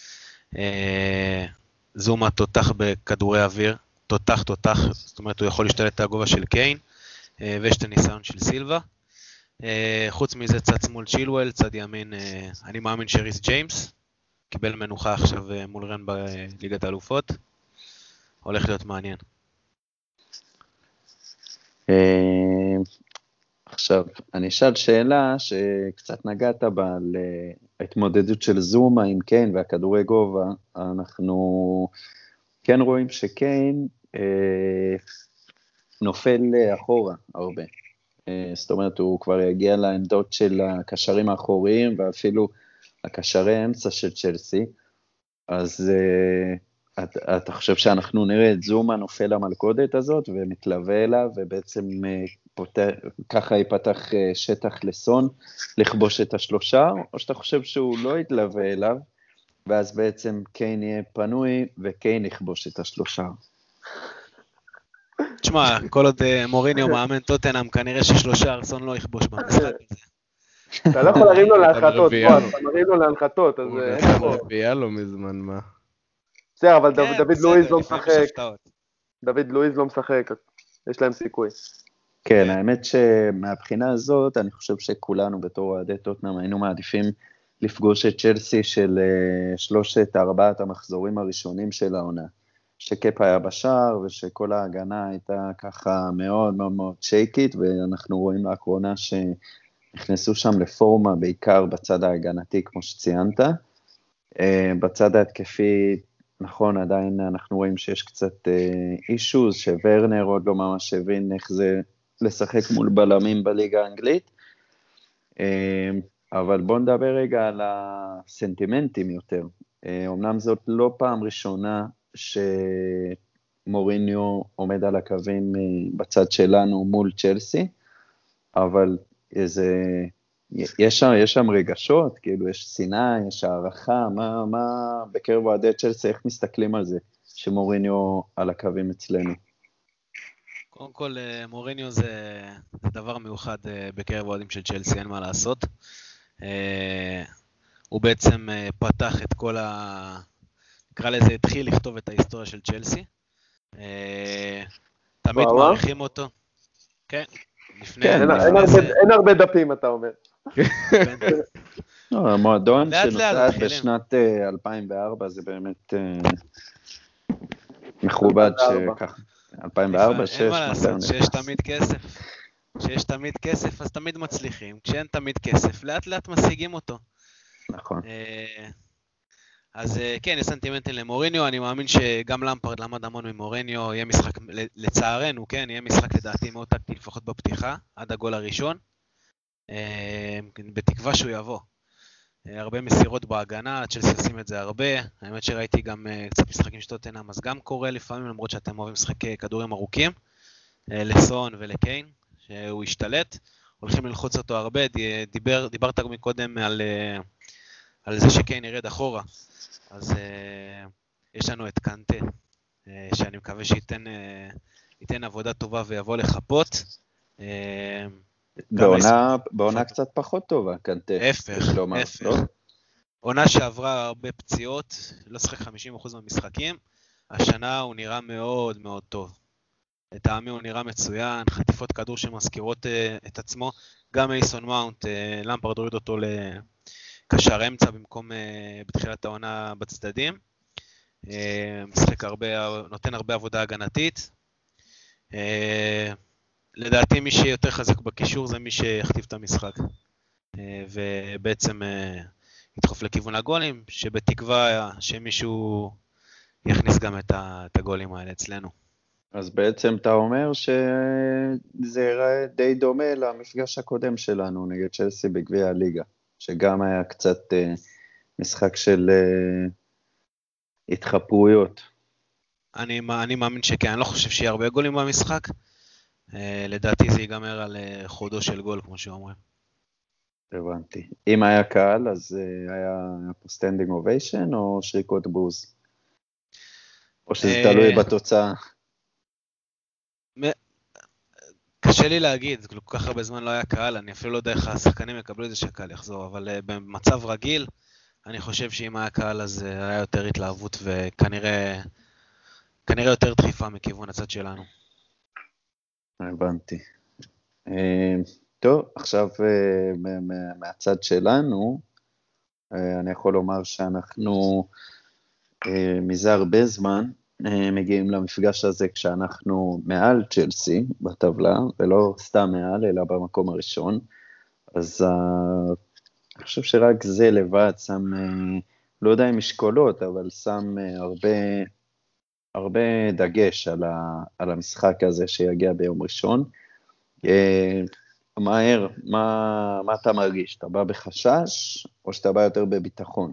זומה תותח בכדורי אוויר, תותח, זאת אומרת הוא יכול להשתלט את הגובה של קיין, ויש את הניסיון של סילבה. חוץ מזה צד שמאל צ'ילואל, צד ימין אני מאמין שריס ג'יימס, קיבל מנוחה עכשיו מול רן בליגת האלופות, הולך להיות מעניין. עכשיו, אני אשאל שאלה שקצת נגעת בה על ההתמודדות של זומה עם קיין והכדורי גובה. אנחנו כן רואים שקיין נופל אחורה הרבה. זאת אומרת, הוא כבר יגיע לעמדות של הקשרים האחוריים, ואפילו הקשרי אמצע של צ'לסי. אז אתה חושב שאנחנו נראה את זומה נופל למלכודת הזאת, ומתלווה אליו, ובעצם ככה ייפתח שטח לסון, לכבוש את השלושה, או שאתה חושב שהוא לא יתלווה אליו, ואז בעצם קיין יהיה פנוי, וקיין יכבוש את השלושה? תשמע, כל עוד מוריניו מאמן טוטנהאם, כנראה ששלושה ארסון לא יכבוש במשחק הזה. אתה לא יכול להרים לו להנחתות, מרביעייה. אתה מרים לו להנחתות, אז הוא אין נתן פה. רביעייה לא מזמן, מה? בסדר, אבל כן, דוד בסדר, לואיז לא לפעמים יש משחק. הפתעות. דוד לואיז לא משחק, יש להם סיכוי. כן, האמת שמהבחינה הזאת, אני חושב שכולנו בתור אוהדי טוטנהאם היינו מעדיפים לפגוש את צ'לסי של 3-4 המחזורים הראשונים של העונה. שקפ היה בשער ושכל ההגנה הייתה ככה מאוד מאוד מאוד שייקית, ואנחנו רואים לאחרונה שנכנסו שם לפורמה בעיקר בצד ההגנתי, כמו שציינת. בצד ההתקפי, נכון, עדיין אנחנו רואים שיש קצת אישוז, שוורנר עוד לא ממש הבין איך זה לשחק מול בלמים בליגה האנגלית, אבל בואו נדבר רגע על הסנטימנטים יותר. אמנם זאת לא פעם ראשונה שמוריניו עומד על הקווים בצד שלנו מול צ'לסי, אבל יש שם רגשות, כאילו יש שנאה, יש הערכה, מה בקרב אוהדי צ'לסי, איך מסתכלים על זה שמוריניו על הקווים אצלנו? קודם כל, מוריניו זה דבר מיוחד בקרב אוהדים של צ'לסי, אין מה לעשות. הוא בעצם פתח את כל נקרא לזה, התחיל לכתוב את ההיסטוריה של צ'לסי. תמיד מעריכים אותו. כן, לפני... אין הרבה דפים, אתה אומר. המועדון שנוסד בשנת 2004, זה באמת מכובד שכך. 2004, 2006, אין מה לעשות, שיש תמיד כסף, אז תמיד מצליחים. כשאין תמיד כסף, לאט לאט משיגים אותו. נכון. אז כן, יש סנטימנטים למוריניו, אני מאמין שגם למפרד למד המון ממוריניו, יהיה משחק, לצערנו, כן, יהיה משחק לדעתי מאוד טקטי, לפחות בפתיחה, עד הגול הראשון, בתקווה שהוא יבוא. הרבה מסירות בהגנה, צ'לסי עושים את זה הרבה, האמת שראיתי גם קצת משחקים של טוטנהאם, אז גם קורה לפעמים, למרות שאתם אוהבים משחק כדורים ארוכים, לסון ולקיין, שהוא השתלט, הולכים ללחוץ אותו הרבה, דיברת מקודם על זה שקיין ירד אחורה, אז יש לנו את קנטה, שאני מקווה שייתן עבודה טובה ויבוא לחפות. בעונה קצת פחות טובה, קנטה. הפך. עונה שעברה הרבה פציעות, לא שחק 50% מהמשחקים, השנה הוא נראה מאוד מאוד טוב. לטעמי הוא נראה מצוין, חטיפות כדור שמזכירות את עצמו, גם מייסון מאונט, למפרד הוריד אותו קשר אמצע במקום בתחילת העונה בצדדים. משחק הרבה, נותן הרבה עבודה הגנתית. לדעתי מי שיותר חזק בקישור זה מי שיכתיב את המשחק. ובעצם ידחוף לכיוון הגולים, שבתקווה שמישהו יכניס גם את הגולים האלה אצלנו. אז בעצם אתה אומר שזה יראה די דומה למפגש הקודם שלנו נגד צ'לסי בגביע הליגה. שגם היה קצת משחק של התחפרויות. אני מאמין שכן, אני לא חושב שיהיה הרבה גולים במשחק. לדעתי זה ייגמר על חודו של גול, כמו שאומרים. הבנתי. אם היה קהל, אז היה פה סטנדינג אוביישן או שריקות בוז? או שזה תלוי בתוצאה? קשה לי להגיד, כל כך הרבה זמן לא היה קהל, אני אפילו לא יודע איך השחקנים יקבלו את זה שהקהל יחזור, אבל במצב רגיל, אני חושב שאם היה קהל אז היה יותר התלהבות וכנראה יותר דחיפה מכיוון הצד שלנו. הבנתי. טוב, עכשיו מהצד שלנו, אני יכול לומר שאנחנו מזה הרבה זמן מגיעים למפגש הזה כשאנחנו מעל צ'לסי בטבלה, ולא סתם מעל, אלא במקום הראשון. אז אני חושב שרק זה לבד שם, לא יודע אם משקולות, אבל שם הרבה דגש על המשחק הזה שיגיע ביום ראשון. מהר, מה אתה מרגיש? אתה בא בחשש, או שאתה בא יותר בביטחון?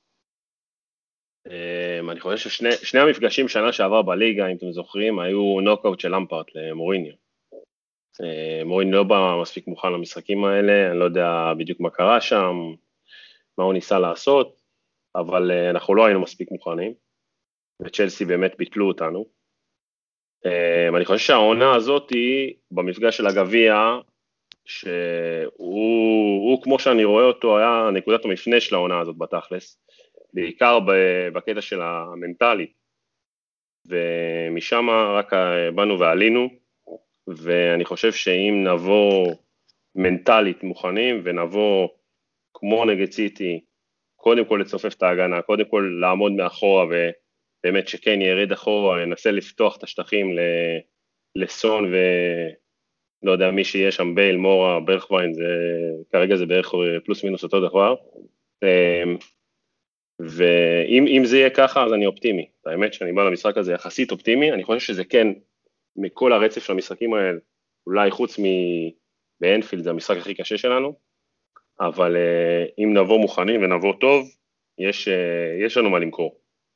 אני חושב ששני המפגשים שנה שעברה בליגה, אם אתם זוכרים, היו נוקאוט של למפרד למוריניו. מוריניו לא בא מספיק מוכן למשחקים האלה, אני לא יודע בדיוק מה קרה שם, מה הוא ניסה לעשות, אבל אנחנו לא היינו מספיק מוכנים, וצ'לסי באמת ביטלו אותנו. אני חושב שהעונה הזאת היא, במפגש של הגביע, שהוא כמו שאני רואה אותו, היה נקודת המפנה של העונה הזאת בתכלס, בעיקר בקטע של המנטלי, ומשם רק באנו ועלינו, ואני חושב שאם נבוא מנטלית מוכנים, ונבוא כמו נגד סיטי, קודם כל לצופף את ההגנה, קודם כל לעמוד מאחורה, ובאמת שכן ירד אחורה, ינסה לפתוח את השטחים לסון ולא יודע מי שיהיה שם, בייל, מורה, ברכווין, כרגע זה בערך פלוס מינוס אותו דבר, ואם זה יהיה ככה אז אני אופטימי, האמת שאני בא למשחק הזה יחסית אופטימי, אני חושב שזה כן, מכל הרצף של המשחקים האלה, אולי חוץ באנפילד זה המשחק הכי קשה שלנו, אבל אם נבוא מוכנים ונבוא טוב, יש לנו מה למכור.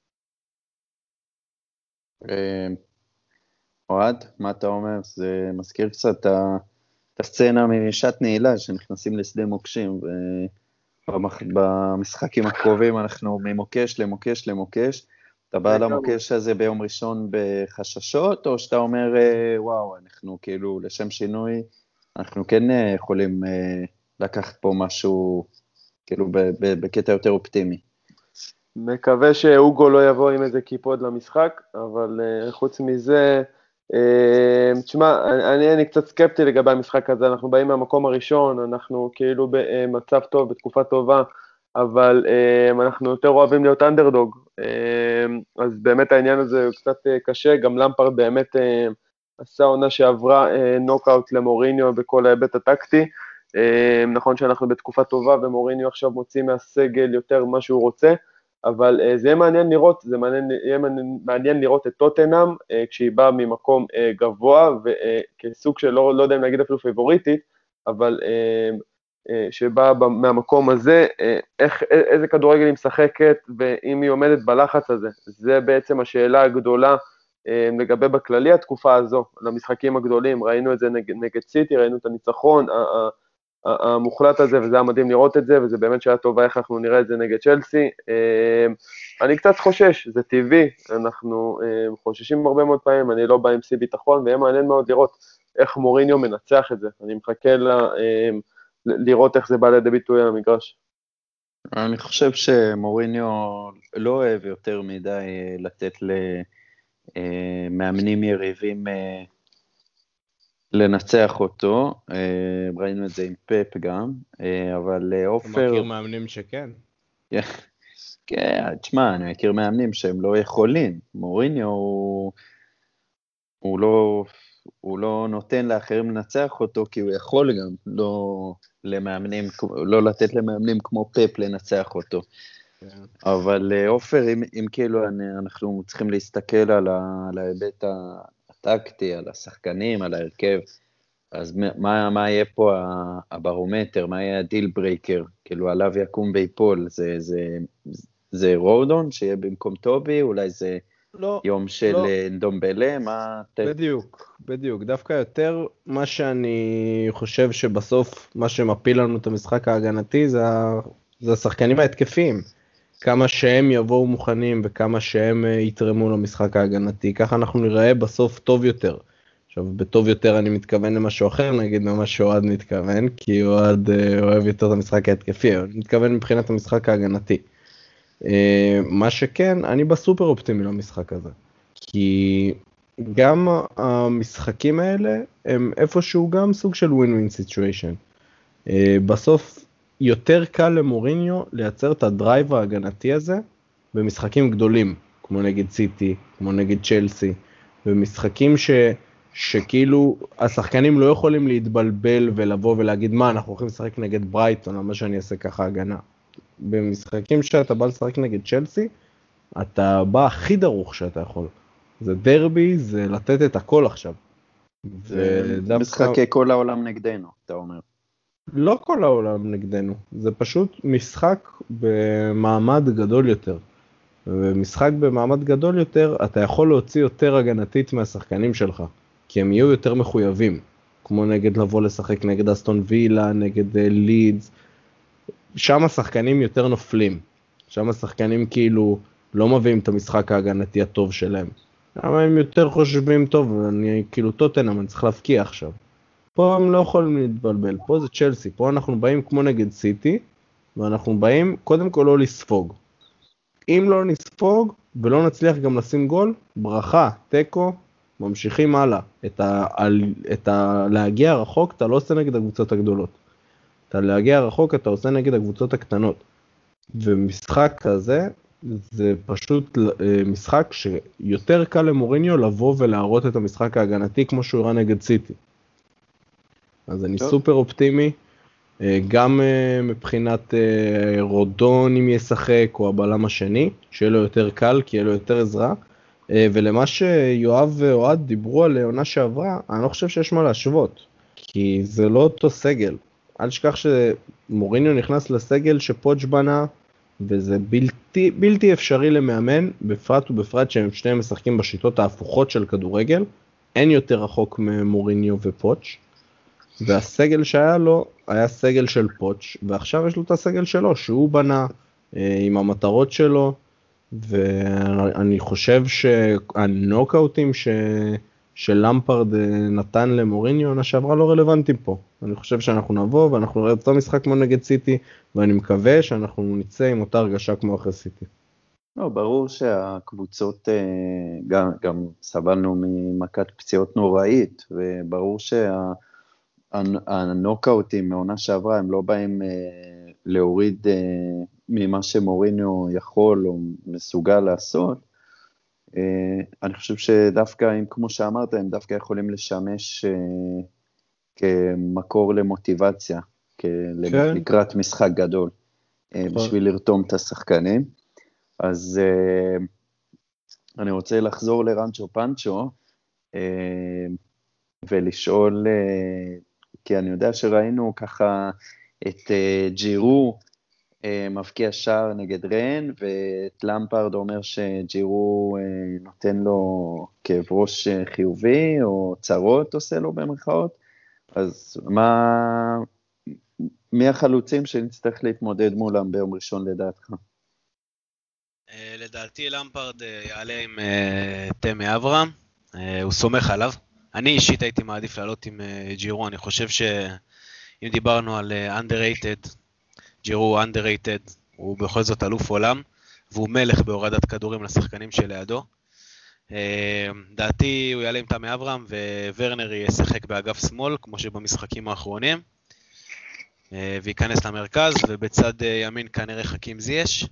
אוהד, מה אתה אומר? זה מזכיר קצת את הסצנה משעת נעילה, שנכנסים לשדה מוקשים, ובמשחקים הקרובים אנחנו ממוקש למוקש למוקש, אתה בא למוקש הזה ביום ראשון בחששות, או שאתה אומר, וואו, אנחנו כאילו לשם שינוי, אנחנו כן יכולים לקחת פה משהו, כאילו בקטע יותר אופטימי. מקווה שאוגו לא יבוא עם איזה קיפוד למשחק, אבל חוץ מזה, תשמע, אני קצת סקפטי לגבי המשחק הזה, אנחנו באים מהמקום הראשון, אנחנו כאילו במצב טוב, בתקופה טובה, אבל אנחנו יותר אוהבים להיות אנדרדוג, אז באמת העניין הזה הוא קצת קשה, גם למפרד באמת עשה עונה שעברה נוקאוט למוריניו בכל ההיבט הטקטי, נכון שאנחנו בתקופה טובה ומוריניו עכשיו מוציא מהסגל יותר מה שהוא רוצה, אבל זה יהיה מעניין לראות, יהיה מעניין לראות את טוטנהאם כשהיא באה ממקום גבוה וכסוג של לא יודע אם להגיד אפילו פייבוריטית, אבל שבאה מהמקום הזה, איזה כדורגל היא משחקת ואם היא עומדת בלחץ הזה, זה בעצם השאלה הגדולה לגבי בכללי התקופה הזו, למשחקים הגדולים, ראינו את זה נגד סיטי, ראינו את הניצחון המוחלט הזה, וזה היה מדהים לראות את זה, וזה באמת שהיה טובה איך אנחנו נראה את זה נגד צ'לסי. אני קצת חושש, זה טבעי, אנחנו חוששים הרבה מאוד פעמים, אני לא בא עם סי ביטחון, ויהיה מעניין מאוד לראות איך מוריניו מנצח את זה, אני מחכה לראות איך זה בא לידי ביטוי על המגרש. אני חושב שמוריניו לא אוהב יותר מדי לתת למאמנים יריבים לנצח אותו, ראינו את זה עם פפ גם, אבל אופר... אתה מכיר מאמנים שכן? כן, תשמע, אני מכיר מאמנים שהם לא יכולים, מוריניו הוא לא נותן לאחרים לנצח אותו, כי הוא יכול גם לא לתת למאמנים כמו פפ לנצח אותו. אבל אופר, אם כאילו אנחנו צריכים להסתכל על ההיבט הטקטי, על השחקנים, על ההרכב, אז מה יהיה פה הברומטר, מה יהיה הדיל ברייקר, כאילו עליו יקום ויפול, זה רודון שיהיה במקום טובי, אולי זה יום של דומבלה, מה... בדיוק, דווקא יותר מה שאני חושב שבסוף מה שמפיל לנו את המשחק ההגנתי זה השחקנים ההתקפיים, כמה שהם יבואו מוכנים וכמה שהם יתרמו למשחק ההגנתי, ככה אנחנו נראה בסוף טוב יותר. עכשיו בטוב יותר אני מתכוון למשהו אחר, נגיד ממה שאוהד מתכוון, כי אוהד אוהב יותר את המשחק ההתקפי, אני מתכוון מבחינת המשחק ההגנתי. מה שכן, אני בסופר אופטימי למשחק הזה, כי גם המשחקים האלה הם איפשהו גם סוג של win-win situation. בסוף יותר קל למוריניו לייצר את הדרייב ההגנתי הזה במשחקים גדולים, כמו נגד סיטי, כמו נגד צ'לסי, במשחקים שכאילו השחקנים לא יכולים להתבלבל ולבוא ולהגיד מה אנחנו הולכים לשחק נגד ברייטון, למה שאני אעשה ככה הגנה. במשחקים שאתה בא לשחק נגד צ'לסי, אתה בא הכי דרוך שאתה יכול. זה דרבי, זה לתת את הכל עכשיו. זה משחקי כל העולם נגדנו, אתה אומר. לא כל העולם נגדנו, זה פשוט משחק במעמד גדול יותר. ומשחק במעמד גדול יותר, אתה יכול להוציא יותר הגנתית מהשחקנים שלך, כי הם יהיו יותר מחויבים, כמו נגד לבוא לשחק נגד אסטון וילה, נגד לידס, שם השחקנים יותר נופלים, שם השחקנים כאילו לא מביאים את המשחק ההגנתי הטוב שלהם. למה הם יותר חושבים טוב, אני כאילו טוטנהאם, אני צריך להפקיע עכשיו. פה הם לא יכולים להתבלבל, פה זה צ'לסי, פה אנחנו באים כמו נגד סיטי, ואנחנו באים קודם כל לא לספוג. אם לא נספוג ולא נצליח גם לשים גול, ברכה, טקו, ממשיכים הלאה. להגיע רחוק אתה לא עושה נגד הקבוצות הגדולות. להגיע רחוק אתה עושה נגד הקבוצות הקטנות. ומשחק כזה, זה פשוט משחק שיותר קל למוריניו לבוא ולהראות את המשחק ההגנתי כמו שהוא הראה נגד סיטי. אז אני סופר אופטימי, גם מבחינת רודון אם ישחק או הבלם השני, שיהיה לו יותר קל כי יהיה לו יותר עזרה, ולמה שיואב ואוהד דיברו על עונה שעברה, אני לא חושב שיש מה להשוות, כי זה לא אותו סגל. אל תשכח שמוריניו נכנס לסגל שפוץ' בנה, וזה בלתי אפשרי למאמן, בפרט ובפרט שהם שניהם משחקים בשיטות ההפוכות של כדורגל, אין יותר רחוק ממוריניו ופוץ', והסגל שהיה לו היה סגל של פוץ', ועכשיו יש לו את הסגל שלו, שהוא בנה עם המטרות שלו, ואני חושב שהנוקאוטים של למפרד נתן למוריניו עונה שעברה לא רלוונטיים פה. אני חושב שאנחנו נבוא ואנחנו נראה אותו משחק כמו נגד סיטי, ואני מקווה שאנחנו נצא עם אותה הרגשה כמו אחרי סיטי. לא, ברור שהקבוצות, גם סבלנו ממכת פציעות נוראית, וברור שהנוקאוטים מעונה שעברה הם לא באים להוריד ממה שמוריניו יכול או מסוגל לעשות. אני חושב שדווקא, כמו שאמרת, הם דווקא יכולים לשמש כמקור למוטיבציה, לקראת משחק גדול, בשביל לרתום את השחקנים. אז אני רוצה לחזור לרנצ'ו פנצ'ו, ולשאול, כי אני יודע שראינו ככה את ג'ירו, מבקיע שער נגד רן, ואת למפרד אומר שג'ירו נותן לו כאב ראש חיובי, או צרות עושה לו במרכאות, אז מי החלוצים שנצטרך להתמודד מולם ביום ראשון לדעתך? לדעתי למפרד יעלה עם תמי אברהם, הוא סומך עליו. אני אישית הייתי מעדיף לעלות עם ג'ירו, אני חושב שאם דיברנו על underrated, ג'ירו underrated, הוא בכל זאת אלוף עולם, והוא מלך בהורדת כדורים לשחקנים שלידו. דעתי הוא יעלה עם תמי אברהם, וורנר ישחק באגף שמאל, כמו שבמשחקים האחרונים, וייכנס למרכז, ובצד ימין כנראה חכים זייש.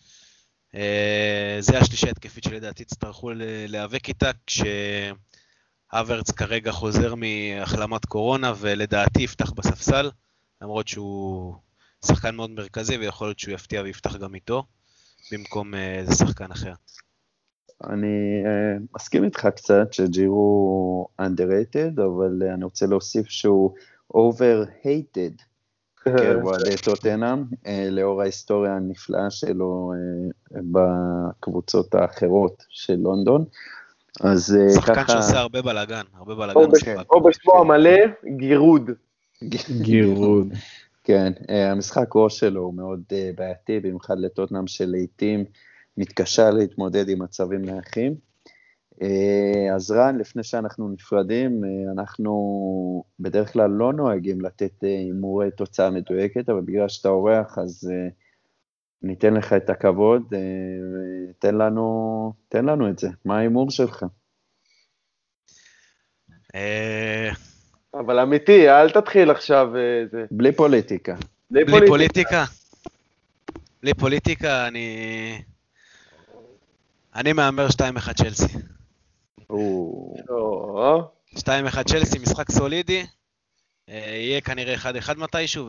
זה השלישי התקפית שלדעתי תצטרכו להיאבק איתה, כשהוורץ כרגע חוזר מהחלמת קורונה, ולדעתי יפתח בספסל, למרות שהוא שחקן מאוד מרכזי, ויכול להיות שהוא יפתיע ויפתח גם איתו, במקום איזה שחקן אחר. אני מסכים איתך קצת שג'ירו underrated, אבל אני רוצה להוסיף שהוא overhated, כרועדי טוטנהאם, לאור ההיסטוריה הנפלאה שלו בקבוצות האחרות של לונדון. אז שחקן שעושה הרבה בלגן, הרבה בלגן. או בשמו המלא, גירוד. גירוד. כן, המשחק ראש שלו הוא מאוד בעייתי, במיוחד לטוטנהאם שלעיתים מתקשה להתמודד עם מצבים נייחים. אז רן, לפני שאנחנו נפרדים, אנחנו בדרך כלל לא נוהגים לתת הימורי תוצאה מדויקת, אבל בגלל שאתה אורח, אז ניתן לך את הכבוד, תן לנו את זה. מה ההימור שלך? אבל אמיתי, אל תתחיל עכשיו זה. בלי פוליטיקה. בלי פוליטיקה? בלי פוליטיקה, אני מאמר 2-1 צ'לסי. 2-1 צ'לסי, משחק סולידי, יהיה כנראה 1-1 מתישהו,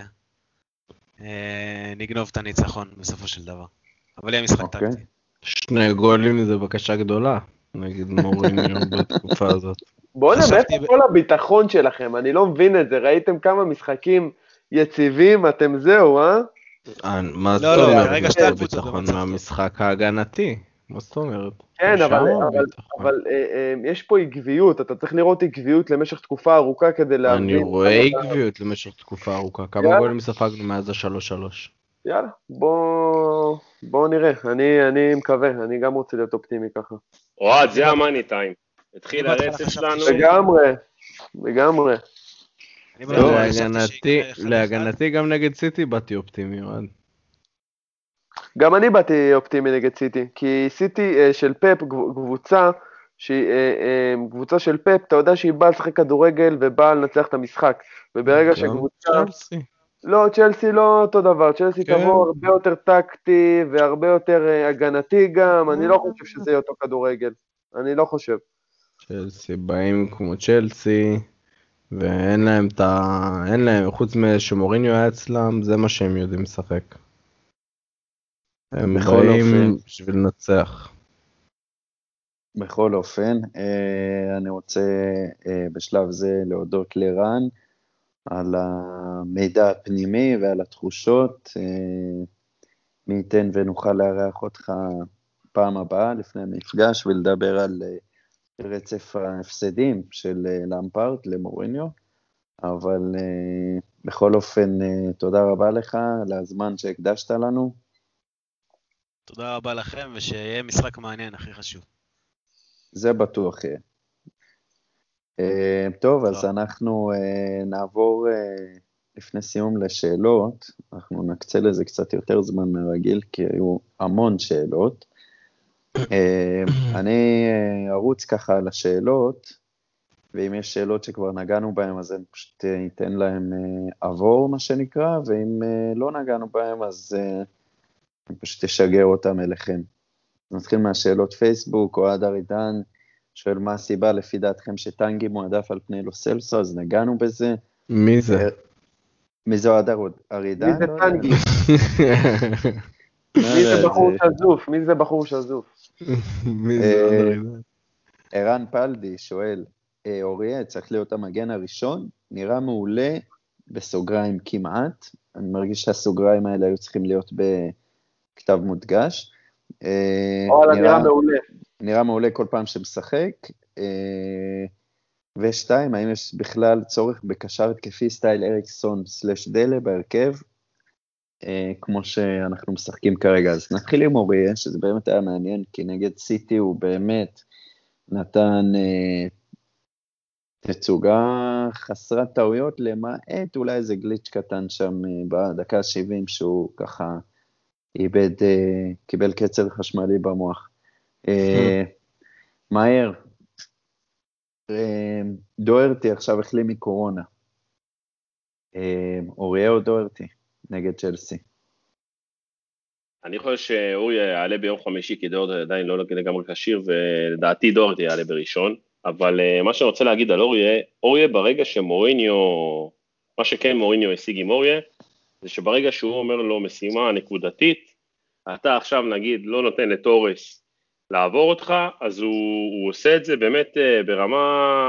ונגנוב את הניצחון בסופו של דבר. אבל יהיה משחק טקטי. 2 גולים זה בקשה גדולה, נגיד מוריניו בתקופה הזאת. בואו נמאיפה כל הביטחון שלכם, אני לא מבין את זה, ראיתם כמה משחקים יציבים, אתם זהו, מה זאת אומרת? ביטחון מהמשחק ההגנתי. מה זאת אומרת? כן, אבל יש פה עקביות, אתה צריך לראות עקביות למשך תקופה ארוכה כדי להבין. אני רואה עקביות למשך תקופה ארוכה. כמה גולים ספגנו מאז ה-3-3? יאללה, בוא נראה, אני מקווה, אני גם רוצה להיות אופטימי ככה. אוהד, זה המאני טיים. התחיל הרצף שלנו. לגמרי. להגנתי גם נגד סיטי באתי אופטימי, אוהד. גם אני באתי אופטימי נגד סיטי, כי סיטי של פפ, קבוצה של פפ, אתה יודע שהיא באה לשחק כדורגל ובאה לנצח את המשחק, וברגע שקבוצה... צ'לסי. לא, צ'לסי לא אותו דבר, צ'לסי תבוא הרבה יותר טקטי והרבה יותר הגנתי גם, אני לא חושב שזה יהיה אותו כדורגל, אני לא חושב. צ'לסי באים כמו צ'לסי, ואין להם, חוץ משמוריניו היה אצלם, זה מה שהם יודעים לשחק. הם באים בשביל לנצח. בכל אופן, אני רוצה בשלב זה להודות לרן על המידע הפנימי ועל התחושות. מי ייתן ונוכל לארח אותך פעם הבאה לפני המפגש ולדבר על רצף ההפסדים של למפארד למוריניו. אבל בכל אופן, תודה רבה לך על הזמן שהקדשת לנו. תודה רבה לכם, ושיהיה משחק מעניין, הכי חשוב. זה בטוח יהיה. טוב, אז אנחנו נעבור לפני סיום לשאלות. אנחנו נקצה לזה קצת יותר זמן מהרגיל, כי היו המון שאלות. אני ארוץ ככה על השאלות, ואם יש שאלות שכבר נגענו בהן, אז אני פשוט אתן להם עבור, מה שנקרא, ואם לא נגענו בהן, אז אני פשוט אשגר אותם אליכם. נתחיל מהשאלות פייסבוק, אוהד ארידן, שואל מה הסיבה לפי דעתכם שטנגי מועדף על פני לו סלסו, אז נגענו בזה. מי זה? מי זה אוהד ארידן? מי זה טנגי? מי זה בחור שזוף? מי זה בחור שזוף? מי זה אוהד ארידן? ערן פלדי שואל, אוריה, צריך להיות המגן הראשון? נראה מעולה בסוגריים כמעט. אני מרגיש שהסוגריים האלה היו צריכים להיות בכתב מודגש. נראה מעולה. נראה מעולה כל פעם שמשחק. ושתיים, האם יש בכלל צורך בקשר התקפי סטייל אריקסון סלש דלה בהרכב, כמו שאנחנו משחקים כרגע? אז נתחיל עם אוריה, שזה באמת היה מעניין, כי נגד סיטי הוא באמת נתן תצוגה חסרת טעויות, למעט אולי איזה גליץ' קטן שם בדקה 70, שהוא ככה קיבל קצר חשמלי במוח. מאיר, דוארטי עכשיו החלים מקורונה. אוריה או דוארטי נגד צ'לסי? אני חושב שאוריה יעלה ביום חמישי, כי דוארטי עדיין לא לגמרי כשיר, ולדעתי דוארטי יעלה בראשון. אבל מה שאני רוצה להגיד על אוריה ברגע שמוריניו, מה שכן מוריניו השיג עם אוריה, זה שברגע שהוא אומר לו משימה נקודתית, אתה עכשיו נגיד לא נותן לטורס לעבור אותך, אז הוא עושה את זה באמת ברמה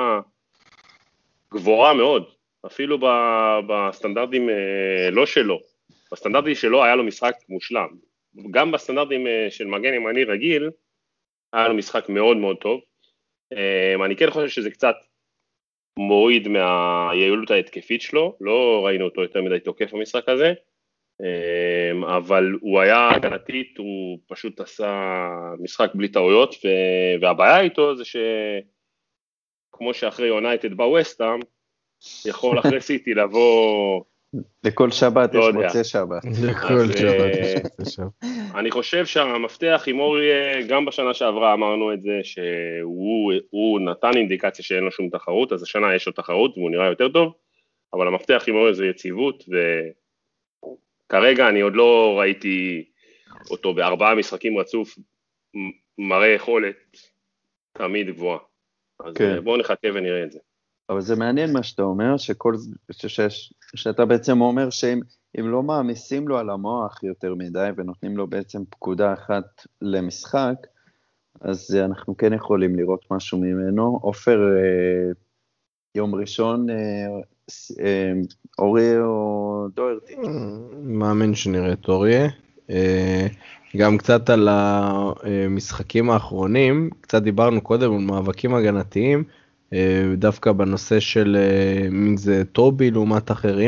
גבוהה מאוד, אפילו בסטנדרטים לא שלו. בסטנדרטים שלו היה לו משחק מושלם. גם בסטנדרטים של מגן ימני רגיל, היה לו משחק מאוד מאוד טוב. אני כן חושב שזה קצת מוריד מהיעילות ההתקפית שלו, לא ראינו אותו יותר מדי תוקף במשחק הזה, אבל הוא היה הגנתית, הוא פשוט עשה משחק בלי טעויות, והבעיה איתו זה שכמו שאחרי יונייטד בווסטהאם, יכול אחרי סיטי לבוא... לכל שבת יש מוצא שבת. לכל שבת יש מוצא שבת. אני חושב שהמפתח עם אוריה, גם בשנה שעברה אמרנו את זה, שהוא נתן אינדיקציה שאין לו שום תחרות, אז השנה יש לו תחרות והוא נראה יותר טוב, אבל המפתח עם אוריה זה יציבות, וכרגע אני עוד לא ראיתי אותו ב4 משחקים רצוף, מראה יכולת תמיד גבוהה. אז בואו נחכה ונראה את זה. אבל זה מעניין מה שאתה אומר, שאתה בעצם אומר שאם לא מעמיסים לו על המוח יותר מדי, ונותנים לו בעצם פקודה אחת למשחק, אז אנחנו כן יכולים לראות משהו ממנו. עופר, יום ראשון, אוריה או דוארטי? מאמין שנראה את אוריה. גם קצת על המשחקים האחרונים, קצת דיברנו קודם על מאבקים הגנתיים, דווקא בנושא של אם זה טובי לעומת אחרים,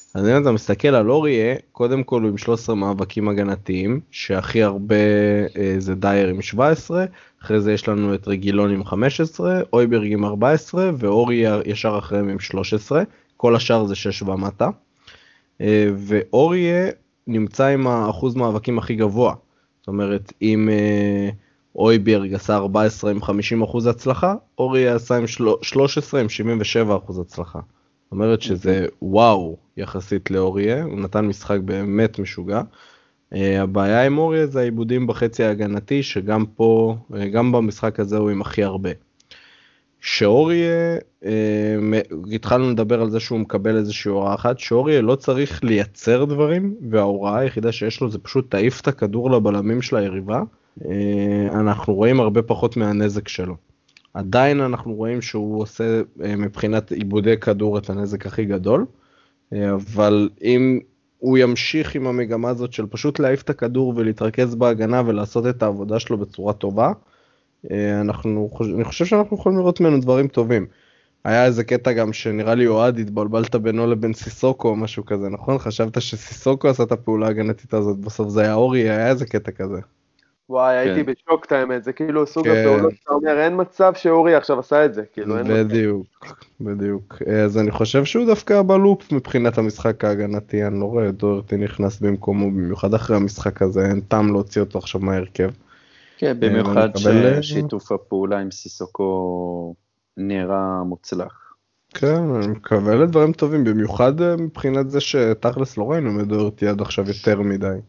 אז אם אתה מסתכל על אוריה, קודם כל הוא עם 13 מאבקים הגנתיים, שהכי הרבה זה דייר עם 17, אחרי זה יש לנו את רגילון עם 15, אויברג עם 14, ואוריה ישר אחריהם עם 13, כל השאר זה 6 ומטה. ואוריה נמצא עם האחוז מאבקים הכי גבוה, זאת אומרת אם אויברג עשה 14 עם 50% הצלחה, אוריה עשה עם 13 עם 77% הצלחה. זאת אומרת שזה וואו יחסית לאוריה, הוא נתן משחק באמת משוגע. הבעיה עם אוריה זה העיבודים בחצי ההגנתי, שגם פה, גם במשחק הזה הוא עם הכי הרבה. שאוריה, התחלנו לדבר על זה שהוא מקבל איזושהי הוראה אחת, שאוריה לא צריך לייצר דברים, וההוראה היחידה שיש לו זה פשוט תעיף את הכדור לבלמים של היריבה, אנחנו רואים הרבה פחות מהנזק שלו. עדיין אנחנו רואים שהוא עושה מבחינת עיבודי כדור את הנזק הכי גדול, אבל אם הוא ימשיך עם המגמה הזאת של פשוט להעיף את הכדור ולהתרכז בהגנה ולעשות את העבודה שלו בצורה טובה, אני חושב שאנחנו יכולים לראות ממנו דברים טובים. היה איזה קטע גם שנראה לי אוהד התבלבלת בינו לבין סיסוקו או משהו כזה, נכון? חשבת שסיסוקו עשה את הפעולה ההגנתית הזאת, בסוף זה היה אורי, היה איזה קטע כזה. וואי, הייתי בשוק את האמת, זה כאילו סוג הפעולות שאתה אומר, אין מצב שאורי עכשיו עשה את זה, כאילו אין מצב. בדיוק. אז אני חושב שהוא דווקא בלופ מבחינת המשחק ההגנתי, אני לא רואה דורטי נכנס במקומו, במיוחד אחרי המשחק הזה, אין טעם להוציא אותו עכשיו מהרכב. כן, במיוחד ששיתוף הפעולה עם סיסוקו נראה מוצלח. כן, אני מקווה לדברים טובים, במיוחד מבחינת זה שתכלס לא ראינו מדורטי עד עכשיו יותר מדי.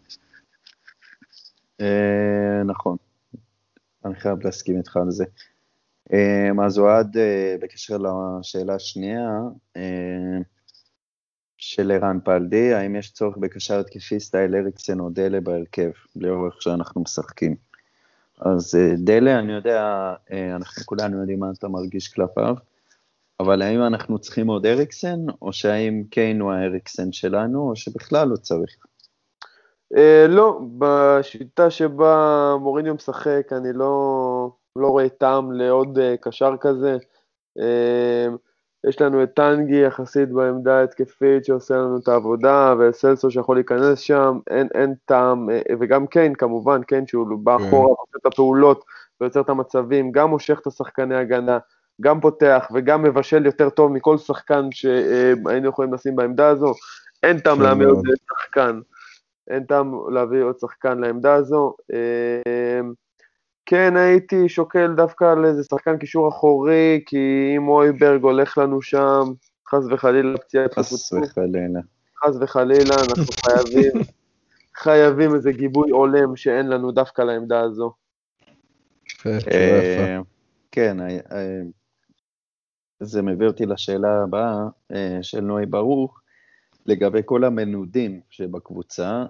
נכון, אני חייב להסכים איתך על זה. אז אוהד, בקשר לשאלה השנייה של ערן פלדי, האם יש צורך בקשר התקפי סטייל אריקסן או דלה בהרכב, לאורך שאנחנו משחקים? אז דלה, אני יודע, אנחנו כולנו יודעים מה אתה מרגיש כלפיו, אבל האם אנחנו צריכים עוד אריקסן, או שהאם קיין הוא האריקסן שלנו, או שבכלל לא צריך? לא, בשיטה שבה מוריניו משחק, אני לא רואה טעם לעוד קשר כזה. יש לנו את טנגי יחסית בעמדה התקפית שעושה לנו את העבודה, וסלסו שיכול להיכנס שם, אין טעם, וגם קיין כמובן, קיין שהוא בא אחורה, עושה את הפעולות ויוצר את המצבים, גם מושך את השחקני הגנה, גם פותח וגם מבשל יותר טוב מכל שחקן שהיינו יכולים לשים בעמדה הזו, אין טעם להעמיד עוד שחקן. אין טעם להביא עוד שחקן לעמדה הזו. כן, הייתי שוקל דווקא על איזה שחקן קישור אחורי, כי אם אויברג הולך לנו שם, חס וחלילה פציעה חס וחלילה, אנחנו חייבים איזה גיבוי עולם שאין לנו דווקא לעמדה הזו. כן, זה מביא אותי לשאלה הבאה של נוי ברוך, לגבי כל המנודים שבקבוצה,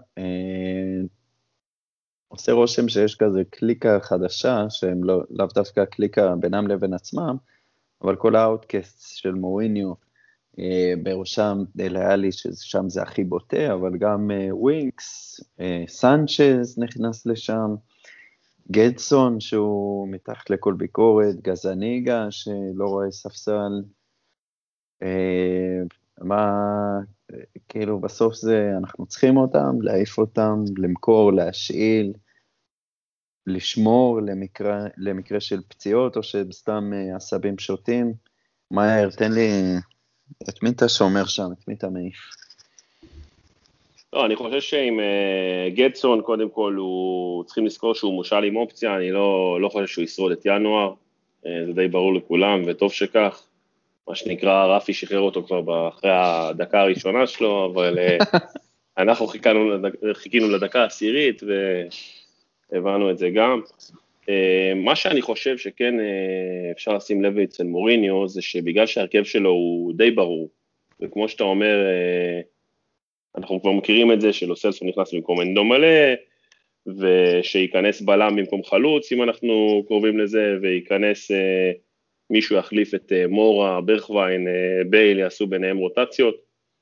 עושה רושם שיש כזה קליקה חדשה, שהם לאו דווקא קליקה בינם לבין עצמם, אבל כל האוטקאסט של מוריניו, בראשם דלאלי, ששם זה הכי בוטה, אבל גם ווינקס, סנצ'ז נכנס לשם, גדסון שהוא מתחת לכל ביקורת, גזניגה שלא רואה ספסל, כאילו בסוף זה, אנחנו צריכים אותם, להעיף אותם, למכור, להשאיל, לשמור למקרה של פציעות, או שסתם עשבים שוטים. מאיר, תן לי, את מי אתה שומר שם, את מי אתה מעיף? לא, אני חושב שעם גדסון, קודם כל, צריכים לזכור שהוא מושל עם אופציה, אני לא חושב שהוא ישרוד את ינואר, זה די ברור לכולם, וטוב שכך. מה שנקרא, רפי שחרר אותו כבר אחרי הדקה הראשונה שלו, אבל אנחנו חיכינו לדקה העשירית, והבנו את זה גם. מה שאני חושב שכן אפשר לשים לב אצל מוריניו, זה שבגלל שהרכב שלו הוא די ברור, וכמו שאתה אומר, אנחנו כבר מכירים את זה, שלו סלסו נכנס במקום אנדו מלא, ושיכנס בלם במקום חלוץ, אם אנחנו קרובים לזה, וייכנס מישהו יחליף את מורה, ברכווין, בייל, יעשו ביניהם רוטציות.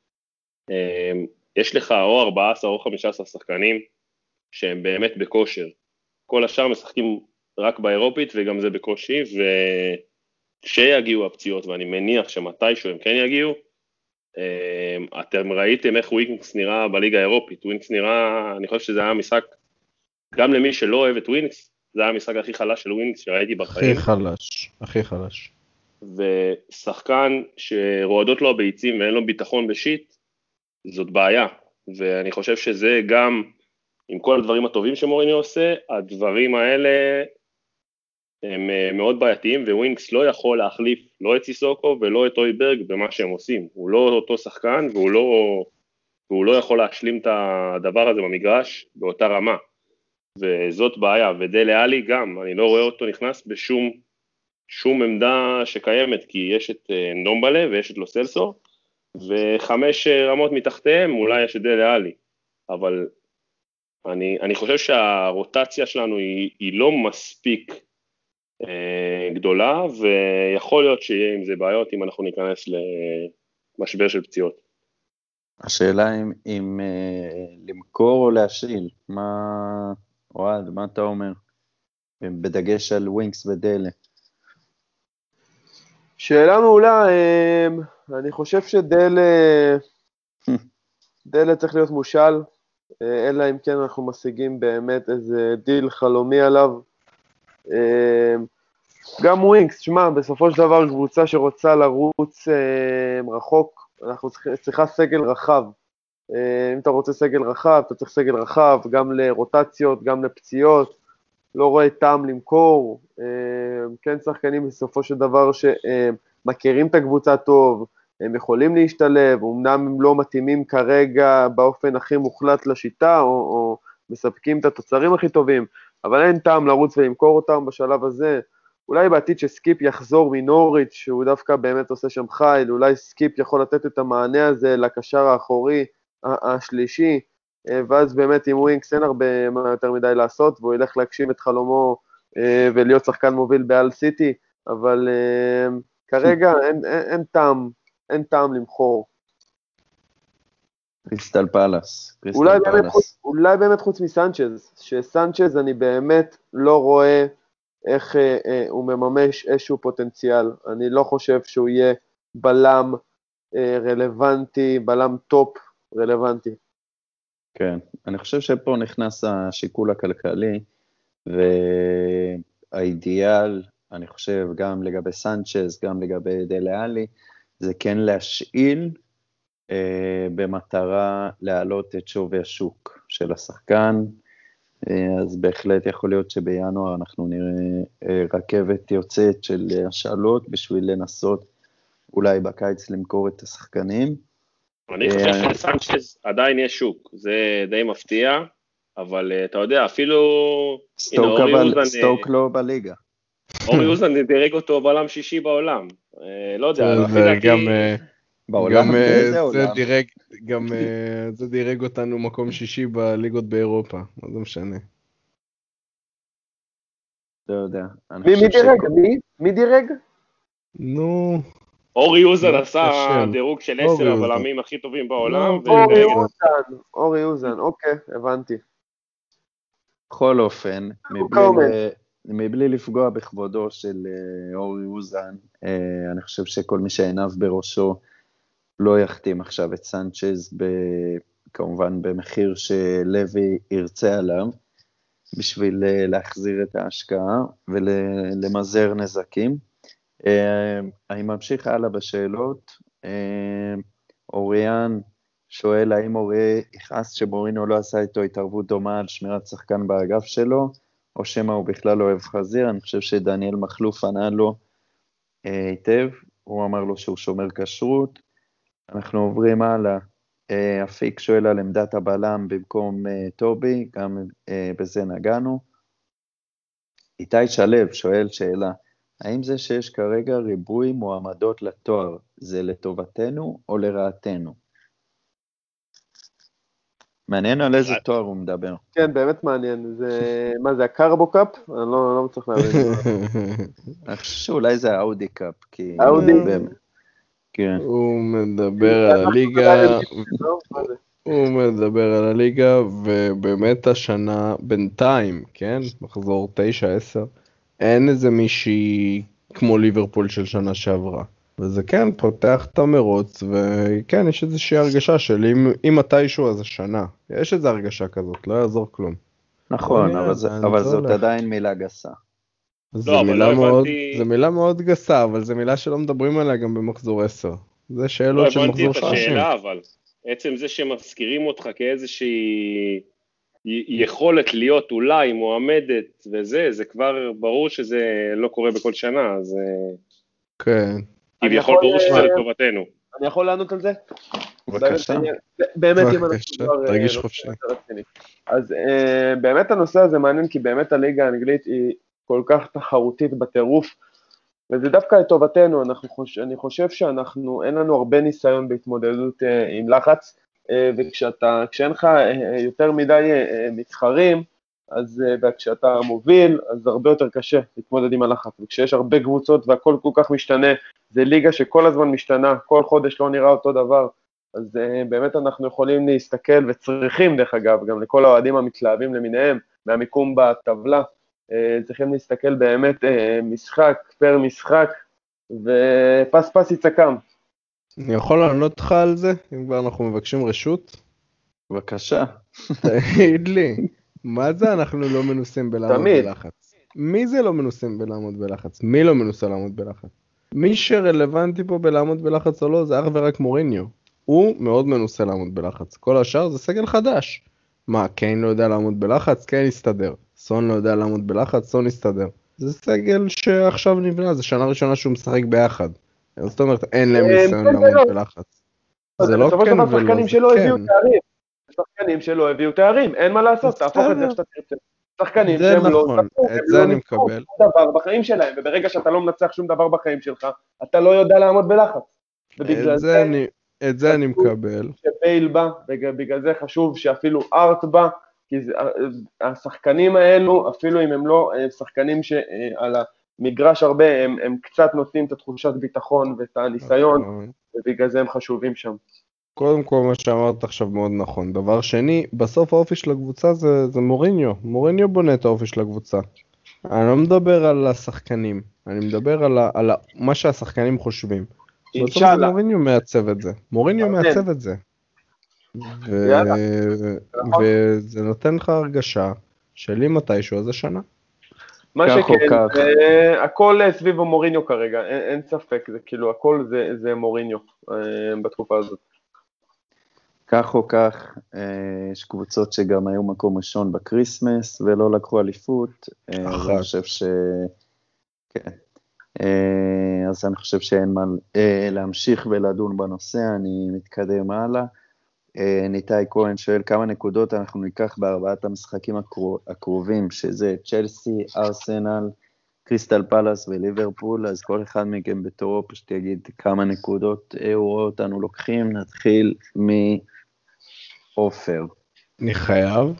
יש לך או 14 או 15 שחקנים שהם באמת בכושר. כל השאר משחקים רק באירופית וגם זה בקושי, וכשיגיעו הפציעות, ואני מניח שמתישהו הם כן יגיעו, אתם ראיתם איך ווינקס נראה בליגה האירופית, ווינקס נראה, אני חושב שזה היה משחק, גם למי שלא אוהב את ווינקס, זה היה המשחק הכי חלש של ווינקס שראיתי בחיים. הכי חלש. ושחקן שרועדות לו הביצים ואין לו ביטחון בשיט, זאת בעיה, ואני חושב שזה גם, עם כל הדברים הטובים שמוריני עושה, הדברים האלה הם מאוד בעייתיים, ווינקס לא יכול להחליף לא את סיסוקו ולא את אויברג במה שהם עושים, הוא לא אותו שחקן והוא לא יכול להשלים את הדבר הזה במגרש באותה רמה, וזאת בעיה, ודלה עלי גם, אני לא רואה אותו נכנס בשום עמדה שקיימת, כי יש את נומבלה ויש את לוסלסו, ו5 רמות מתחתיהם אולי יש את דלה עלי, אבל אני חושב שהרוטציה שלנו היא לא מספיק גדולה, ויכול להיות שיהיה עם זה בעיות אם אנחנו ניכנס למשבר של פציעות. השאלה אם למכור או להשאיל, אוהד, מה אתה אומר? בדגש על ווינקס ודלה. שאלה מעולה, אני חושב שדלה צריך להיות מושל, אלא אם כן אנחנו משיגים באמת איזה דיל חלומי עליו. גם ווינקס, שמה, בסופו של דבר קבוצה שרוצה לרוץ רחוק, אנחנו צריכה סגל רחב. אם אתה רוצה סגל רחב, אתה צריך סגל רחב, גם לרוטציות, גם לפציעות, לא רואה טעם למכור, כן שחקנים בסופו של דבר שמכירים את הקבוצה טוב, הם יכולים להשתלב, אמנם הם לא מתאימים כרגע באופן הכי מוחלט לשיטה, או מספקים את התוצרים הכי טובים, אבל אין טעם לרוץ ולמכור אותם בשלב הזה. אולי בעתיד שסקיפ יחזור מנוריץ', שהוא דווקא באמת עושה שם חיל, אולי סקיפ יכול לתת את המענה הזה לקשר האחורי השלישי, ואז באמת עם ווינקס אין הרבה מה יותר מדי לעשות, והוא ילך להגשים את חלומו ולהיות שחקן מוביל באל סיטי, אבל כרגע אין טעם למכור. קריסטל פלאס. אולי באמת חוץ מסנצ'ז, שסנצ'ז אני באמת לא רואה איך הוא מממש איזשהו פוטנציאל, אני לא חושב שהוא יהיה בלם רלוונטי, בלם טופ רלוונטי. כן, אני חושב שפה נכנס השיקול הכלכלי, והאידיאל, אני חושב, גם לגבי סנצ'ז, גם לגבי דלה עלי, זה כן להשאיל במטרה להעלות את שווי השוק של השחקן, אז בהחלט יכול להיות שבינואר אנחנו נראה רכבת יוצאת של השאלות, בשביל לנסות אולי בקיץ למכור את השחקנים. אני חושב שסנצ'ז עדיין יש שוק, זה די מפתיע, אבל אתה יודע, אפילו סטוק לא בליגה. אורי אוזן דירג אותו בלם שישי בעולם, לא יודע, זה דירג אותנו מקום שישי בליגות באירופה, מה זה משנה. לא יודע. מי דירג? נו... אורי אוזן עשה דירוג של 10 הבלמים הכי טובים בעולם. אורי אוזן, אוקיי, הבנתי. בכל אופן, מבלי לפגוע בכבודו של אורי אוזן, אני חושב שכל מי שעיניו בראשו לא יחתים עכשיו את סנצ'ז, כמובן במחיר שלוי ירצה עליו, בשביל להחזיר את ההשקעה ולמזער נזקים. אני ממשיך הלאה בשאלות. אוריאן שואל האם אוריה יכעס שמורינו לא עשה איתו התערבות דומה על שמירת שחקן באגף שלו, או שמה הוא בכלל לא אוהב חזיר. אני חושב שדניאל מחלוף ענה לו היטב, הוא אמר לו שהוא שומר כשרות. אנחנו עוברים הלאה. אפיק שואל על עמדת הבלם במקום טובי, גם בזה נגענו. איתי שלב שואל שאלה, האם זה שיש כרגע ריבוי מועמדות לתואר, זה לטובתנו או לרעתנו? מעניין על איזה תואר הוא מדבר. כן, באמת מעניין. מה זה, הקרבו קאפ? אני לא מצליח להבין. אני חושב שאולי זה האודי קאפ. האודי? כן. הוא מדבר על הליגה, ובאמת השנה, בינתיים, כן, מחזור 9-10, אין איזה מישהי כמו ליברפול של שנה שעברה. וזה כן פותח את המרוץ, וכן, יש איזושהי הרגשה של אם מתישהו אז השנה. יש איזו הרגשה כזאת, לא יעזור כלום. בוא נכון, נראה לאן אבל זה זאת הולך. עדיין מילה גסה. לא, אבל לא זו הבנתי, מילה מאוד גסה, אבל זו מילה שלא מדברים עליה גם במחזור 10. זה לא שאלות של הבנתי מחזור את 30. השאלה, אבל עצם זה שמזכירים אותך כאיזושהי יכולת להיות אולי מועמדת וזה, זה כבר ברור שזה לא קורה בכל שנה, אז כן. כביכול ברור שזה לטובתנו. אני יכול לענות על זה? בבקשה. באמת, אם אנחנו בבקשה, כבר... תרגיש חופשי. אז באמת הנושא הזה מעניין, כי באמת הליגה האנגלית היא כל כך תחרותית בטירוף, וזה דווקא לטובתנו. אני חושב אין לנו הרבה ניסיון בהתמודדות עם לחץ, וכשאין לך יותר מדי מתחרים, וכשאתה מוביל, אז הרבה יותר קשה להתמודד עם הלחץ. וכשיש הרבה קבוצות והכל כל כך משתנה, זה ליגה שכל הזמן משתנה, כל חודש לא נראה אותו דבר, אז באמת אנחנו יכולים להסתכל, וצריכים דרך אגב, גם לכל האוהדים המתלהבים למיניהם, מהמיקום בטבלה, צריכים להסתכל באמת משחק פר משחק, ופס פס יצקם. אני יכול לענות לך על זה, אם כבר אנחנו מבקשים רשות? בבקשה. תגיד לי, מה זה אנחנו לא מנוסים בלעמוד תמיד. בלחץ? מי זה לא מנוסים בלעמוד בלחץ? מי לא מנוסה לעמוד בלחץ? מי שרלוונטי פה בלעמוד בלחץ או לא, זה אך ורק מוריניו. הוא מאוד מנוסה לעמוד בלחץ. כל השאר זה סגל חדש. מה, קיין לא יודע לעמוד בלחץ? קיין יסתדר. סון לא יודע לעמוד בלחץ? סון יסתדר. זה סגל שעכשיו נבנה, זה שנה ראשונה שהוא משחק ביחד. זאת אומרת, אין להם ניסיון לעמוד בלחץ. זה לא כן ולא, זה כן. שחקנים שלא הביאו תארים, אין מה לעשות, תהפוך את זה שאתה תרצה. שחקנים זה שהם לא נכון, זכו, את זה אני מקבל. שום דבר בחיים שלהם, וברגע שאתה לא מנצח שום דבר בחיים שלך, אתה לא יודע לעמוד בלחץ. את זה אני מקבל. שבייל בא, ובגלל זה חשוב שאפילו ארט בא, כי השחקנים האלו, אפילו אם הם לא שחקנים שעל המגרש הרבה, הם קצת נותנים את התחושת ביטחון ואת הניסיון, ובגלל זה הם חשובים שם. קודם כל מה שאמרת עכשיו מאוד נכון. דבר שני, בסוף האופי של הקבוצה זה מוריניו. מוריניו בונה את האופי של הקבוצה. אני לא מדבר על השחקנים, אני מדבר על מה שהשחקנים חושבים. בסוף זה מוריניו מעצב את זה. מוריניו מעצב את זה. וזה נותן לך הרגשה שלי מתישהו זה שנה. מה שכן, הכל סביב מוריניו כרגע, אין ספק, זה כאילו הכל זה מוריניו בתקופה הזאת. כך או כך, יש קבוצות שגם היו מקום ראשון בקריסמס ולא לקחו אליפות, אז אני חושב כן. אז אני חושב שאין מה להמשיך ולדון בנושא, אני מתקדם הלאה. ניתאי כהן שואל כמה נקודות אנחנו ניקח בארבעת המשחקים הקרובים, שזה צ'לסי, ארסנל, קריסטל פלאס וליברפול, אז כל אחד מכם בתורו פשוט יגיד כמה נקודות הוא רואה אותנו לוקחים. נתחיל מעופר. אני חייב?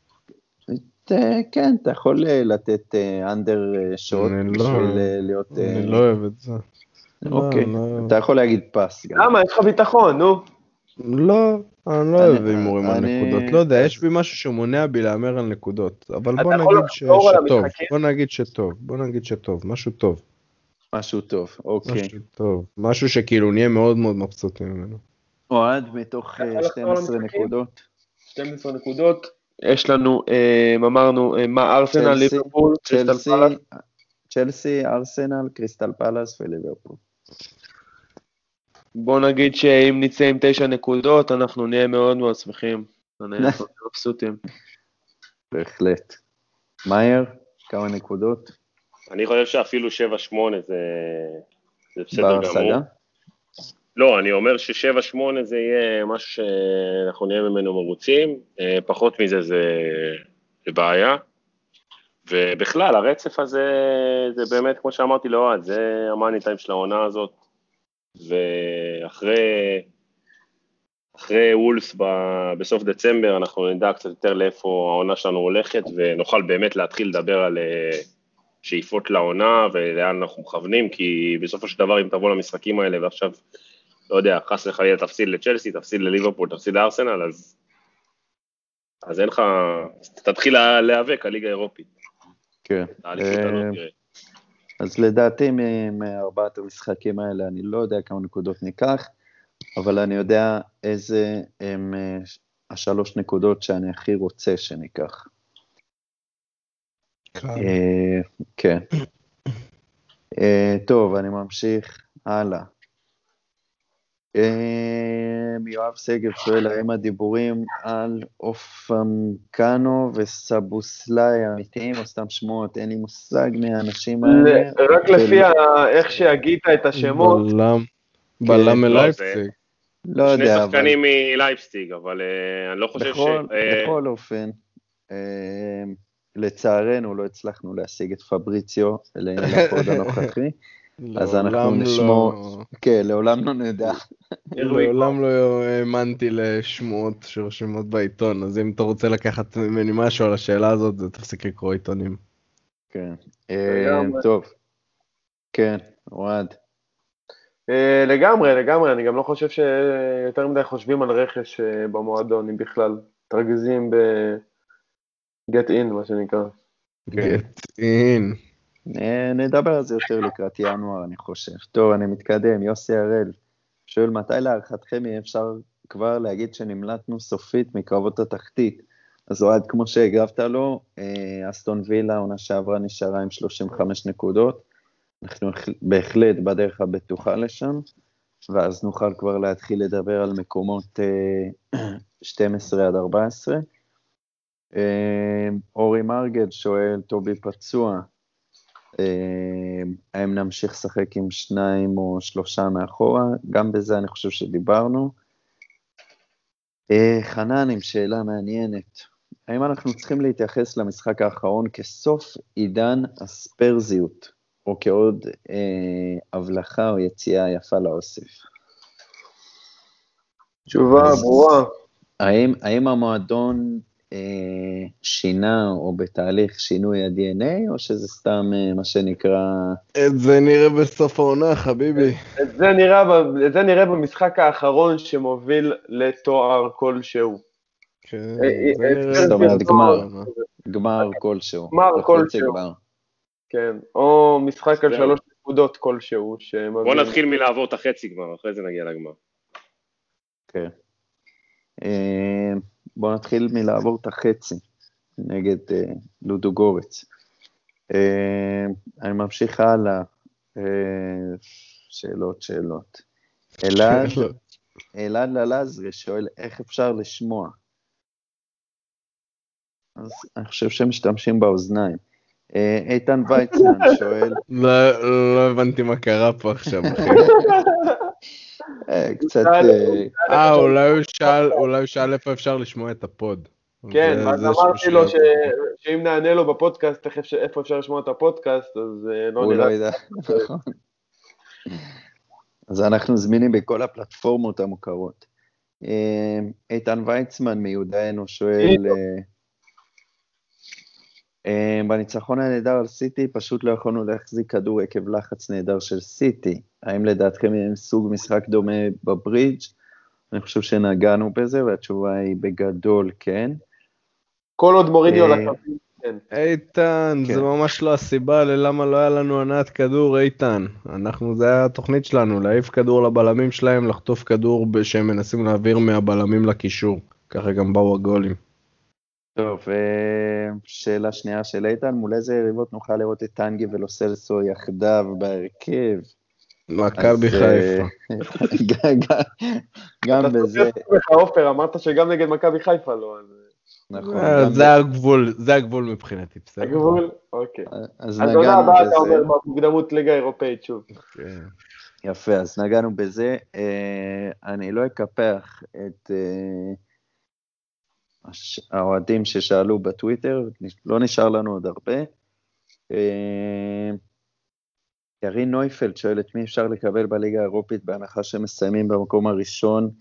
כן, אתה יכול לתת אנדר שוט בשביל להיות... אני לא אוהב את זה. אוקיי, אתה יכול להגיד פס גם. למה? יש לך ביטחון, נו. לא, אני לא אוהב הימורים על נקודות. לא יודע, יש בי משהו שמונע בי להמר על נקודות. אבל בוא נגיד שטוב. בוא נגיד שטוב. משהו טוב. משהו טוב, אוקיי. משהו טוב. משהו שכאילו נהיה מאוד מאוד מבסוטים ממנו. אוהד, מתוך 12 נקודות. 12 נקודות. יש לנו, אמרנו, מה ארסנל, ליברפול, קריסטל פלאס. צ'לסי, ארסנל, קריסטל פלאס וליברפול. בוא נגיד שאם נצא עם 9 נקודות, אנחנו נהיה מאוד מאוד שמחים. אנחנו מבסוטים. בהחלט. מאייר, כמה נקודות? אני חושב שאפילו 7-8 זה בסדר גמור. לא, אני אומר ש7-8 זה יהיה משהו שאנחנו נהיה ממנו מרוצים, פחות מזה זה בעיה, ובכלל הרצף הזה זה באמת כמו שאמרתי לאוהד, זה המאני טיים של העונה הזאת, ואחרי וולס בסוף דצמבר אנחנו נדע קצת יותר לאיפה העונה שלנו הולכת, ונוכל באמת להתחיל לדבר על שאיפות לעונה ולאן אנחנו מכוונים, כי בסופו של דבר אם תבוא למשחקים האלה ועכשיו לא יודע, חס וחלילה תפסיד לצ'לסי, תפסיד לליברפול, תפסיד לארסנל, אז אין לך, תתחיל להיאבק הליגה האירופית. כן. אז לדעתי מארבעת המשחקים האלה, אני לא יודע כמה נקודות ניקח, אבל אני יודע איזה הם 3 נקודות שאני הכי רוצה שניקח. כן. טוב, אני ממשיך הלאה. יואב סגב שואל, האם הדיבורים על אופמקנו וסבוסלי אמיתיים או סתם שמועות? אין לי מושג מהאנשים האלה. רק לפי איך שהגית את השמות. בלם מלייפציג. לא יודע, שני שחקנים מלייפציג, אבל אני לא חושב בכל אופן, לצערנו לא הצלחנו להשיג את פבריציו לפוד הנוכחי. אז אנחנו נשמור, כן, לעולם לא נדע. לעולם לא האמנתי לשמועות שרשומות בעיתון, אז אם אתה רוצה לקחת ממני משהו על השאלה הזאת, זה תפסיק לקרוא עיתונים. כן, טוב. כן, אוהד. לגמרי, אני גם לא חושב שיותר מדי חושבים על רכש במועדון, אם בכלל תרגזים ב-get in, מה שנקרא. get in. נדבר על זה יותר לקראת ינואר, אני חושב. טוב, אני מתקדם. יוסי הראל שואל, מתי להערכתכם יהיה אפשר כבר להגיד שנמלטנו סופית מקרבות התחתית? אז אוהד, כמו שהגבת לו, אסטון וילה, עונה שעברה נשארה עם 35 נקודות. אנחנו בהחלט בדרך הבטוחה לשם, ואז נוכל כבר להתחיל לדבר על מקומות 12 עד 14. אורי מרגד שואל, טובי פצוע, האם נמשיך לשחק עם 2 או 3 מאחורה? גם בזה אני חושב שדיברנו. חנן עם שאלה מעניינת, האם אנחנו צריכים להתייחס למשחק האחרון כסוף עידן הספרזיות, או כעוד הבלחה או יציאה יפה לאוסף? תשובה ברורה. האם המועדון שינה או בתהליך שינוי ה-DNA, או שזה סתם מה שנקרא... את זה נראה בסוף העונה, חביבי. את זה נראה במשחק האחרון שמוביל לתואר כלשהו. כן, זאת אומרת, גמר כלשהו. גמר כלשהו. כן, או משחק על 3 נקודות כלשהו. בוא נתחיל מלעבור את החצי גמר, אחרי זה נגיע לגמר. כן. בואו נתחיל מלעבור את החצי נגד לודו גורץ. אני ממשיך הלאה. שאלות. אלעד ללזרי שואל, איך אפשר לשמוע? אז אני חושב שהם משתמשים באוזניים. איתן ויצמן שואל... לא הבנתי מה קרה פה עכשיו, אחי. קצת... אולי הוא שאל איפה אפשר לשמוע את הפוד. כן, אז אמרתי לו שאם נענה לו בפודקאסט, איפה אפשר לשמוע את הפודקאסט, אז לא נראה. הוא לא ידע, נכון. אז אנחנו זמינים בכל הפלטפורמות המוכרות. איתן ויצמן מיודענו שואל... בניצחון הנהדר על סיטי, פשוט לא יכולנו להחזיק כדור עקב לחץ נהדר של סיטי. האם לדעתכם יהיה סוג משחק דומה בברידג'? אני חושב שנגענו בזה, והתשובה היא בגדול כן. כל עוד מוריניו לקווים, כן. איתן, זה ממש לא הסיבה ללמה לא היה לנו ענת כדור, איתן. זה היה התוכנית שלנו, להעיף כדור לבלמים שלהם, לחטוף כדור שהם מנסים להעביר מהבלמים לקישור. ככה גם באו הגולים. טוב, שאלה שנייה של איתן, מול איזה יריבות נוכל לראות את טנגי ולוסלסו יחדיו בהרכב? מכבי חיפה. גם בזה. אופר, אמרת שגם נגד מכבי חיפה לא. נכון. זה הגבול מבחינתי, בסדר? הגבול? אוקיי. אז עונה הבאה אתה אומר במוקדמות ליגה אירופאית שוב. יפה, אז נגענו בזה. אני לא אקפח את... האוהדים ששאלו בטוויטר, לא נשאר לנו עוד הרבה. ירין נויפלד שואל את מי אפשר לקבל בליגה האירופית בהנחה שמסיימים במקום הראשון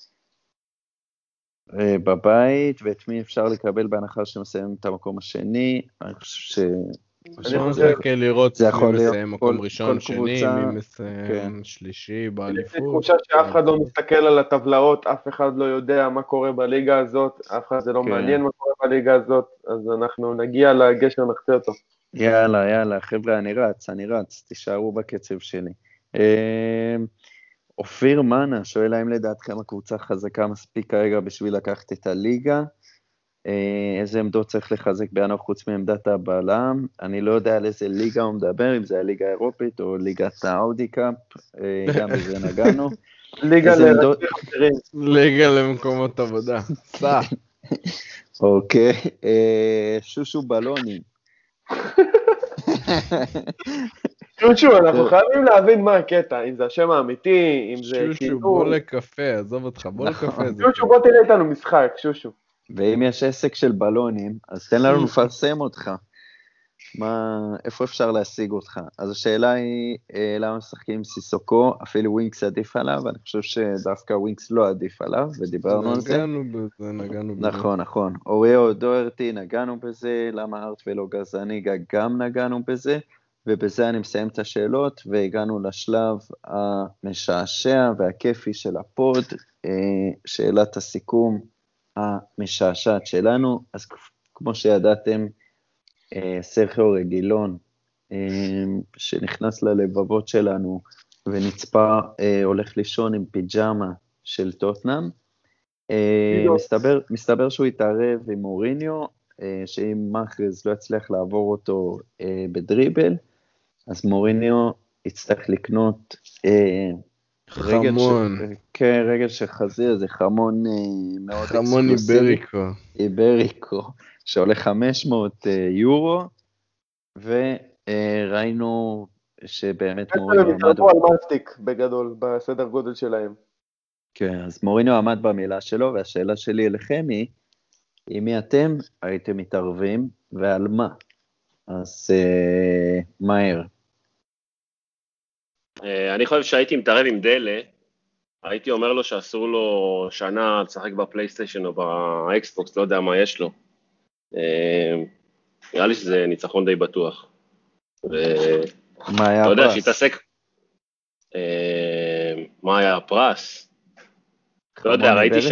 בבית, ואת מי אפשר לקבל בהנחה שמסיימים את המקום השני. אני חושב זה לראות מי מסיים מקום ראשון, שני, מי מסיים שלישי באליפות. יש לי תחושה שאף אחד לא מסתכל על הטבלאות, אף אחד לא יודע מה קורה בליגה הזאת, אף אחד זה לא מעניין מה קורה בליגה הזאת, אז אנחנו נגיע לגשר נחצה אותו. יאללה, חבר'ה, אני רץ, תישארו בקצב שלי. אופיר מנה שואל האם לדעתכם הקבוצה חזקה מספיק כרגע בשביל לקחת את הליגה, איזה עמדות צריך לחזק בינואר חוץ מעמדת הבלם, אני לא יודע על איזה ליגה הוא מדבר, אם זה הליגה האירופית או ליגת האודי קאפ, גם בזה נגענו. ליגה למקומות עבודה, סע. אוקיי, שושו בלונים. שושו, אנחנו חייבים להבין מה הקטע, אם זה השם האמיתי, אם זה שושו, בוא לקפה, עזוב אותך, בוא לקפה. שושו, בוא תראה איתנו משחק, שושו. ואם יש עסק של בלונים, אז תן לנו לפרסם אותך. איפה אפשר להשיג אותך? אז השאלה היא, למה משחקים עם סיסוקו, אפילו ווינקס עדיף עליו, אני חושב שדווקא ווינקס לא עדיף עליו, ודיברנו על זה. נגענו בזה. נכון. אוריו דוארטי, נגענו בזה, למה ארט ולא גזניגה, גם נגענו בזה, ובזה אני מסיים את השאלות, והגענו לשלב המשעשע והכיפי של הפוד, שאלת הסיכום המשעשעת שלנו, אז כמו שידעתם, סרחיו רגילון, שנכנס ללבבות שלנו, ונצפה, הולך לישון עם פיג'מה של טוטנאם, מסתבר שהוא התערב עם מוריניו, שאם מאחרז לא יצליח לעבור אותו בדריבל, אז מוריניו יצטרך לקנות חמון. רגל של חזיר, זה חמון מאוד חמון איבריקו, שעולה 500 יורו, וראינו שבאמת מוריניו עמד... על מסטיק בגדול, בסדר גודל שלהם. כן, אז מוריניו עמד במילה שלו, והשאלה שלי אליכם היא, עם מי אתם הייתם מתערבים, ועל מה? אז מהר. אני חושב שהייתי מתערב עם דלה, הייתי אומר לו שאסור לו שנה לשחק בפלייסטיישן או באקסבוקס, לא יודע מה יש לו. נראה לי שזה ניצחון די בטוח. מה היה הפרס? אתה יודע, שהתעסק... מה היה הפרס? לא יודע,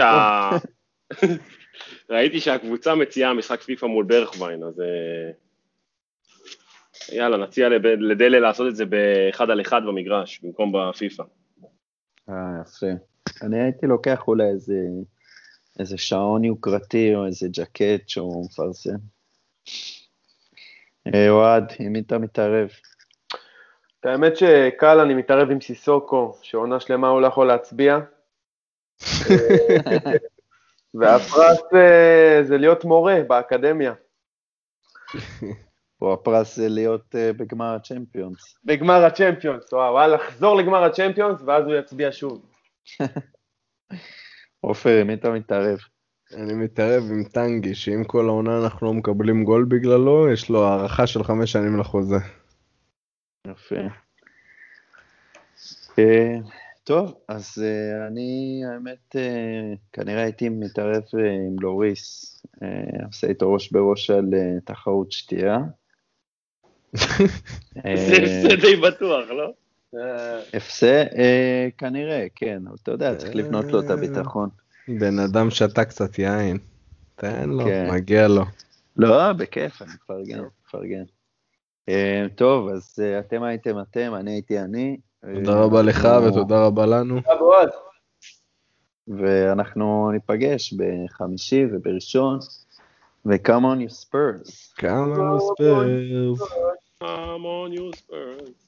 ראיתי שהקבוצה מציעה משחק פיפה מול ברכווין, אז יאללה, נציע לדלה לעשות את זה באחד על אחד במגרש, במקום בפיפה. יפה. אני הייתי לוקח אולי איזה שעון יוקרתי, או איזה ג'קט שהוא מפרסם. אוהד, עם מי אתה מתערב? את האמת שקל, אני מתערב עם סיסוקו, שעונה שלמה הוא לא יכול להצביע. והפרס זה להיות מורה באקדמיה. או הפרס זה להיות בגמר הצ'מפיונס. בגמר הצ'מפיונס, וואו, לחזור לגמר הצ'מפיונס, ואז הוא יצביע שוב. עופר, עם מי אתה מתערב? אני מתערב עם טנגי, שאם כל העונה אנחנו לא מקבלים גול בגללו, יש לו הערכה של 5 שנים לחוזה. יפה. טוב, אז אני, האמת, כנראה הייתי מתערב עם לוריס, עושה איתו ראש בראש על תחרות שתייה. זה הפסד די בטוח, לא? הפסד, כנראה, כן, אתה יודע, צריך לבנות לו את הביטחון. בן אדם שתה קצת יין, תן לו, מגיע לו. לא, בכיף, אני מפרגן. טוב, אז אתם הייתם אתם, אני הייתי אני. תודה רבה לך ותודה רבה לנו. ואנחנו ניפגש בחמישי ובראשון. ו-come on you Spurs. Come on you Spurs. Come on you Spurs.